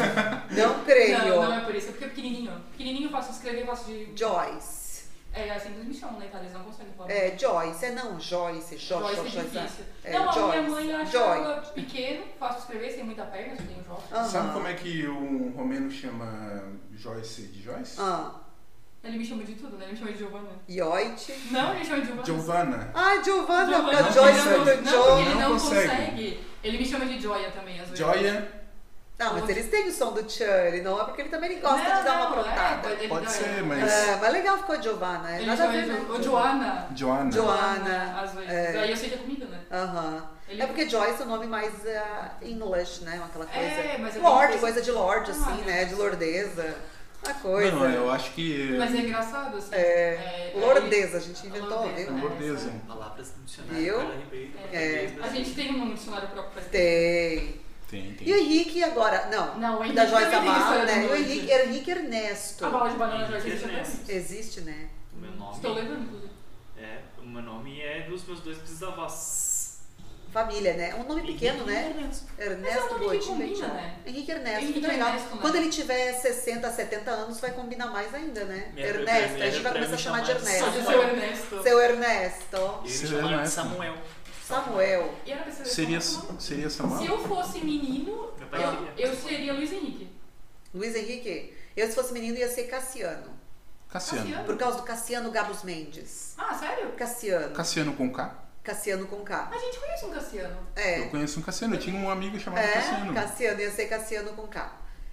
não creio. Não, não é por isso, é porque é pequenininho. Pequenininho, fácil de escrever, fácil de... Joyce. É assim que eles me chamam na Itália, eles não conseguem falar. É Joyce, é não Joyce. Jo, Joyce jo, é Joyce. difícil. É, não, a Joyce. minha mãe acha Joy. ela pequeno, fácil de escrever, sem muita perna, só tem o Jó. Aham. Sabe como é que um romeno chama Joyce de Joyce? Ah, Ele me chama de tudo, né? Ele me chama de Giovanna. Yoite. Não, ele me chama de Giovanna. Giovanna. Ah, Giovanna, Giovanna. porque a Não Joyce consegue. do Não, porque John. ele Não não consegue. consegue. Ele me chama de Joia também, às vezes. Joia. Ah, mas eles têm o som do Cherry, não é porque ele também gosta Não, de dar uma não, aprontada. é, ele Pode dá- ser, é. mas- É, mas legal ficou Giovanna, é Ele nada a chama ver, de né? Ô, Joana. Joana. Joana. Às vezes. É. Aí eu sei que é comida, né? Aham. Ele- É porque Joyce é o nome mais uh, English, né? Aquela coisa. É, mas é bem Lord, coisa- coisa de Lord, Ah, assim, meu né? Deus. De lordeza. A coisa. Não, eu acho que... Mas é engraçado, assim. É, é, lordesa, a gente inventou, lordesa, viu? né? Lordesa. Palavras do dicionário. Viu? Carla Ribeiro. É. A gente tem um dicionário próprio pra isso. Tem. Tem, tem. E o Henrique agora? Não, Não, o Henrique da Joyce também tem Amaro, história né? da E o noite. Henrique, era Henrique Ernesto. A bala de banana já Henrique existe até Ernesto. antes. Existe, né? O meu nome, Estou lembrando, inclusive. é, o meu nome é dos meus dois bisavós. Família, né? É um nome pequeno, Henrique né? Ernesto. Mas é um Ernesto nome que Godinho combina, Leitão. né? Henrique Ernesto, Henrique muito legal. Ernesto, né? Quando ele tiver sessenta, setenta anos, vai combinar mais ainda, né? Minha Ernesto, minha a gente vai pra começar a me chamar de chamar de Ernesto. Só de Samuel. seu Ernesto. Seu Ernesto. E ele Seu me chama de Ernesto. Samuel. Samuel. E era pra ser Seria, Samuel. seria Se Samuel? eu fosse menino, Meu pai eu, queria. eu seria Luiz Henrique. Luiz Henrique. Eu, se fosse menino, ia ser Cassiano. Cassiano. Cassiano. Por causa do Cassiano Gabos Mendes. Ah, sério? Cassiano. Cassiano com K? Cassiano com K. A gente conhece um Cassiano. Eu É. conheço um Cassiano, eu tinha um amigo chamado É, Cassiano. Cassiano, ia ser Cassiano com K.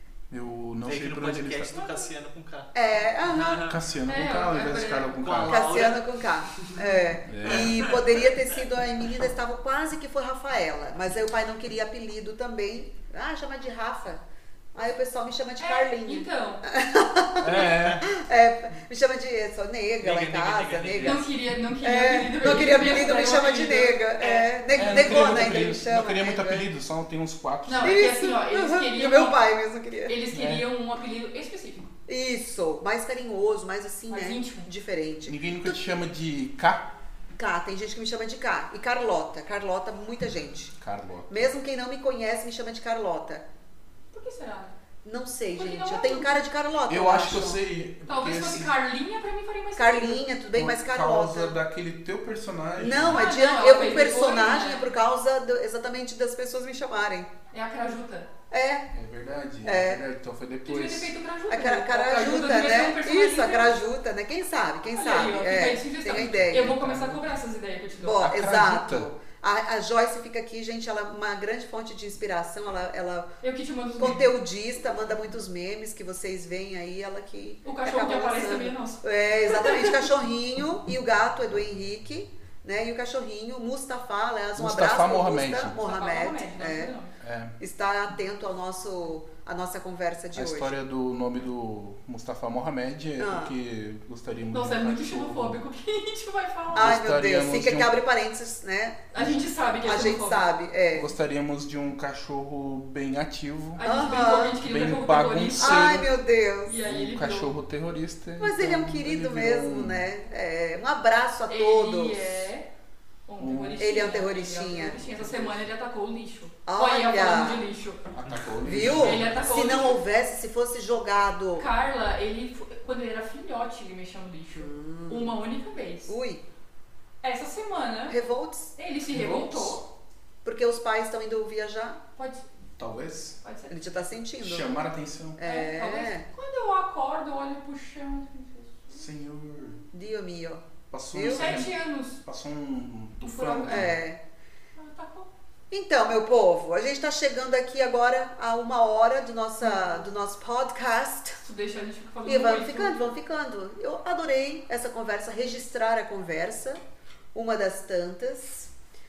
Eu não Tem sei aqui por no onde ele podcast está. do Cassiano com K. É, aham. Cassiano É, com K, ao é, invés de é, Carol com com a K. Laura. Cassiano com K. É. É. E poderia ter sido, a menina estava quase que foi Rafaela, mas aí o pai não queria apelido também. Ah, chama de Rafa. Aí o pessoal me chama de É, Carlinha. então, É, É, me chama de. Sou nega lá em Nega, casa, nega, nega, nega. não queria, não queria É, apelido. não queria apelido, me apelido, chama de nega. É, ne- é, não queria negona muito ainda me apelido, chama. não queria muito nega. apelido, só tem uns quatro. Não, é que Isso. assim, ó, eles uhum. queriam. E o meu pai mesmo queria. Eles queriam um apelido específico. Isso, mais carinhoso, mais assim, Mais né? íntimo. Diferente. Ninguém nunca te chama de K? K, tem gente que me chama de K. E Carlota. Carlota, muita gente. Carlota. Mesmo quem não me conhece me chama de Carlota. Por que será? Não sei, Porque gente. não Eu é tenho muito. cara de Carlota. Eu acho que eu sei. Talvez porque fosse esse- Carlinha, pra mim faria mais Carlinha, tudo bem, mas Por Carlota. causa daquele teu personagem. Não, é Ah, de, não, eu, ela o fez personagem depois, né? é por causa do- exatamente das pessoas me chamarem. É a Crajuta. É, É verdade, É. é verdade. Então foi Tu devia ter depois. feito Crajuta. a cara, né? carajuta, devia ser um né? personagem Isso, a seu. carajuta, né? Quem sabe, quem Olha sabe. aí, ó, fica é, aí sugestão. tem a ideia. Eu vou começar a cobrar essas ideias que eu te dou. Ó, A exato. carajuta. A, a Joyce fica aqui, gente, ela é uma grande fonte de inspiração, ela, ela Eu que te mando os memes. conteudista, manda muitos memes que vocês veem aí, ela que O cachorro que acaba aparece lançando. também é nosso. É, exatamente, cachorrinho e o gato é do Henrique, né? E o cachorrinho, Mustafa, aliás, um Mustafa abraço pro Mohamed. Musta Mustafa Mohamed, Mohamed, não é, sei o nome. É. está atento ao nosso, à nossa conversa de A hoje. história do nome do Mustafa Mohamed é Ah. porque gostaríamos Nossa, de é um muito cachorro. xenofóbico que a gente vai falar. Ai, meu Deus, Gostaríamos fica de que um- abre parênteses, né? A gente sabe que é A gente xenofóbico. sabe, é. Gostaríamos de um cachorro bem ativo, A gente Aham. brincou que a gente queria Bem um cachorro bagunceiro. terrorista. Ai, meu Deus. E aí ele um cachorro terrorista. Mas ele é um então querido ele virou mesmo, um- né? É, um abraço a virou- todos. Ele é um Um- terroristinha. Ele é um terroristinha. Ele é um terroristinha. Essa semana ele atacou o lixo. Olha. Olha, falando de lixo. Atacou o Viu? lixo. Ele atacou Se o não lixo. houvesse, se fosse jogado. Carla, ele, fo- quando ele era filhote, ele mexeu no lixo. Hum. Uma única vez. Ui, Essa semana, revolts, ele se Revolts? revoltou. porque os pais estão indo viajar. Pode, Talvez pode ser. Ele já tá sentindo. chamar a atenção. É. talvez. Quando eu acordo, eu olho pro chão. Senhor, Dio mio. passou Viu? um, Sete anos. passou um Um tufão. furacão. É. Ah, atacou. Então, meu povo, a gente está chegando aqui agora a uma hora do, nossa, do nosso podcast. Tu deixa a gente ficar falando E vamos muito. ficando, vamos ficando. Eu adorei essa conversa, registrar a conversa, uma das tantas.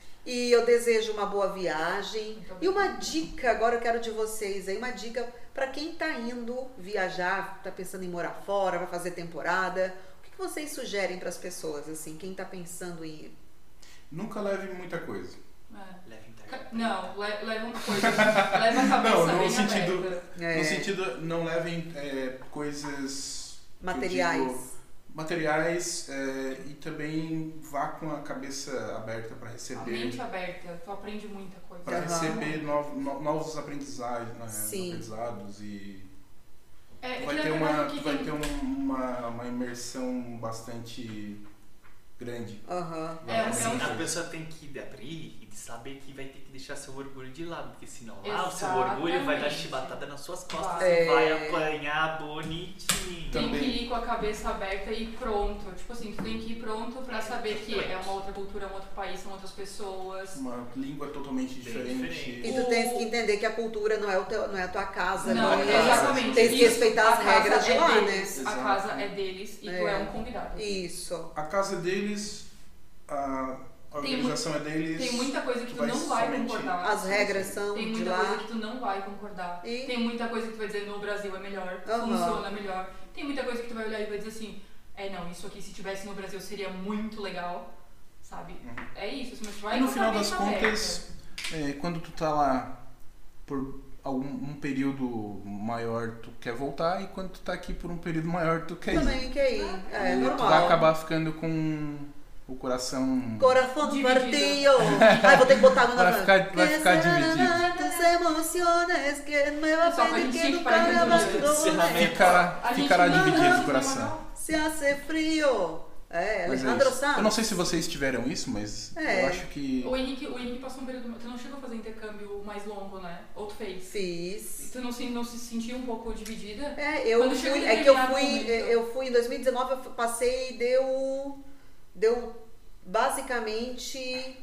E eu desejo uma boa viagem. Muito E uma dica, agora eu quero de vocês aí, uma dica para quem está indo viajar, está pensando em morar fora, vai fazer temporada. O que que vocês sugerem para as pessoas, assim, quem está pensando em ir? Nunca leve muita coisa. É. Leva em Ca- terra. Não, le- leva uma coisa. Leva a cabeça Não, no bem sentido- aberta. É, No sentido, não levem é, coisas... que eu materiais. digo, materiais é, e também vá com a cabeça aberta para A receber. mente aberta, tu aprende muita coisa. Para Aham. receber novos, no- novos aprendizados, né, Sim. aprendizados e É, tu vai que, ter na uma, verdade, tu que vai tem- ter um- uma, uma imersão bastante grande. Aham. É, é Assim, um- a pessoa tem que abrir e saber que vai ter que deixar seu orgulho de lado, porque senão lá o seu orgulho vai dar Exatamente. chibatada nas suas costas Vai. e vai É. apanhar bonitinho. Tem Também. que ir com a cabeça aberta e pronto. Tipo assim, tu tem que ir pronto pra saber que é uma outra cultura, é um outro país, são outras pessoas. Uma língua totalmente Bem diferente. diferente. E tu O- tens que entender que a cultura não é, o teu, não é a tua casa, Não, não, é é. exatamente. Tens que Isso, respeitar a as regras casa de é lá, deles, né? A casa é deles e tu É. é um convidado. Isso. A casa deles, a, A organização é deles. Tem muita coisa que tu tu vai não vai somente- concordar. As regras são Tem de muita lá. coisa que tu não vai concordar. E? Tem muita coisa que tu vai dizer no Brasil é melhor, Aham. funciona melhor. Tem muita coisa que tu vai olhar e vai dizer assim, é não, isso aqui se tivesse no Brasil seria muito legal, sabe? É isso, mas tu vai E no com a final das cabeça contas, é, quando tu tá lá por algum um período maior, tu quer voltar, e quando tu tá aqui por um período maior, tu quer ir. Também quer ir. É E normal. tu vai acabar ficando com o coração... Coração Dividido. partido. Ai, vou ter que botar água na Vai van. ficar- vai Que ficar será dividido. tus emociones que me va a Só que a pedir gente que tinha que nunca parar de me dividir. abandones. Ficará, A gente ficará não- dividido não, o coração. não. Se hace frio. É, Mas é Alejandro isso. Sanz. Eu não sei se vocês tiveram isso, mas É. eu acho que... O Henrique, o Henrique passou um período. Tu não chegou a fazer intercâmbio mais longo, né? Ou tu fez? Fiz. Tu não se, não se sentia um pouco dividida? É, eu Quando chegou fui, em é que eu determinado fui, momento. eu fui em dois mil e dezenove, eu passei e deu, deu basicamente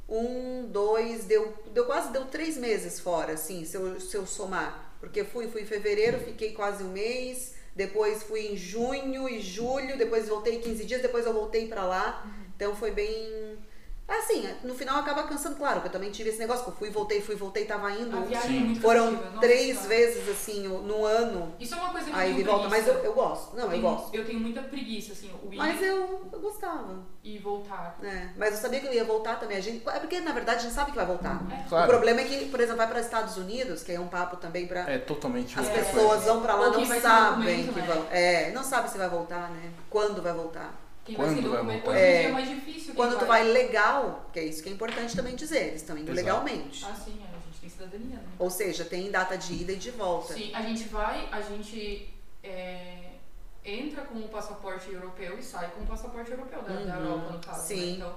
um, dois, deu, deu quase, deu três meses fora, assim, se eu, se eu somar. Porque fui, fui em fevereiro, fiquei quase um mês, depois fui em junho e julho, depois voltei quinze dias, depois eu voltei pra lá. Então foi bem... Assim, no final acaba cansando, claro, que eu também tive esse negócio, que eu fui, voltei, fui, voltei, tava indo. A viagem Sim. é muito Foram cansativa, nossa três senhora. vezes, assim, no ano, Isso é uma coisa que eu aí tenho de volta, mas preguiça. eu, eu gosto. Não, eu tenho, gosto. Eu tenho muita preguiça, assim, o ir Mas eu, eu gostava. e voltar. É, mas eu sabia que eu ia voltar também. A gente, é porque, na verdade, a gente sabe que vai voltar. É. Claro. O problema é que, por exemplo, vai para os Estados Unidos, que é um papo também para... É totalmente As outra pessoas coisa. vão para lá, Ou não quem vai ter sabem documento, que né? vão... É, não sabe se vai voltar, né? Quando vai voltar. Quem Quando vai ser vai documento, voltar? hoje em É. dia é mais difícil. quem Quando tu vai legal, que é isso que é importante também dizer, eles estão indo Exato. legalmente. Ah, sim, a gente tem cidadania, né? Ou seja, tem data de ida e de volta. Sim, a gente vai, a gente é, entra com o passaporte europeu e sai com o passaporte europeu da, da Uhum, Europa, no caso. sim. Né? Então,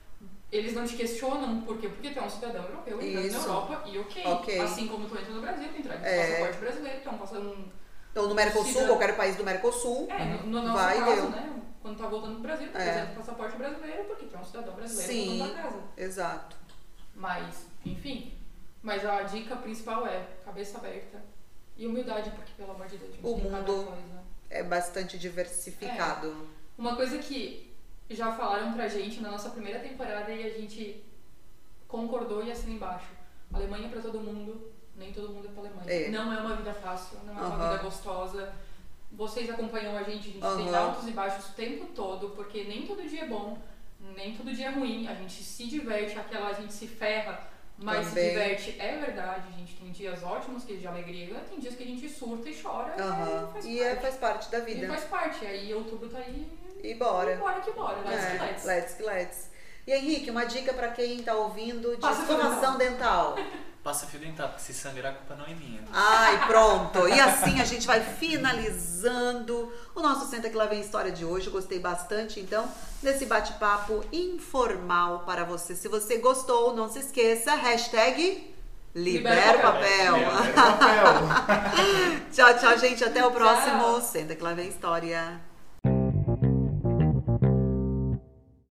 eles não te questionam por quê? Porque tu é um cidadão europeu entrando Isso. na Europa e ok. Ok. Assim como tu entra no Brasil, tu entrega É. o passaporte brasileiro, tu é um passaporte. Então, no Mercosul, Cidadão. qualquer país do Mercosul, É, no, no nosso vai e caso, deu. né? Quando tá voltando pro Brasil, tu É. apresenta o passaporte brasileiro porque tu é um cidadão brasileiro Sim. voltando pra casa. Exato. Mas, enfim. Mas a dica principal é cabeça aberta e humildade, porque, pelo amor de Deus, a gente O tem cada mundo- coisa. É bastante diversificado. Uma coisa que já falaram pra gente na nossa primeira temporada e a gente concordou e assina embaixo. Alemanha pra todo mundo, nem todo mundo é pra Alemanha. É. Não é uma vida fácil, não é uma Aham. vida gostosa. Vocês acompanham a gente, a gente tem Aham. altos e baixos o tempo todo, porque nem todo dia é bom, nem todo dia é ruim. A gente se diverte, aquela a gente se ferra, mas Também. se diverte. É verdade, a gente tem dias ótimos, que de alegria, tem dias que a gente surta e chora. Aham. E faz E é, parte. faz parte da E vida. faz parte. Aí outubro tá aí. E bora. E bora que bora. Let's É, let's. let's, let's. E Henrique, uma dica pra quem tá ouvindo de Passa fio escovação dental. Passa fio dental, porque se sangrar a culpa não é minha. Ai, pronto. E assim a gente vai finalizando o nosso Senta Que Lá Vem História de hoje. Eu gostei bastante, então, desse bate-papo informal para você. Se você gostou, não se esqueça, hashtag Libera o Papel. É, papel. Tchau, tchau, gente. Até o próximo Senta Que Lá Vem História.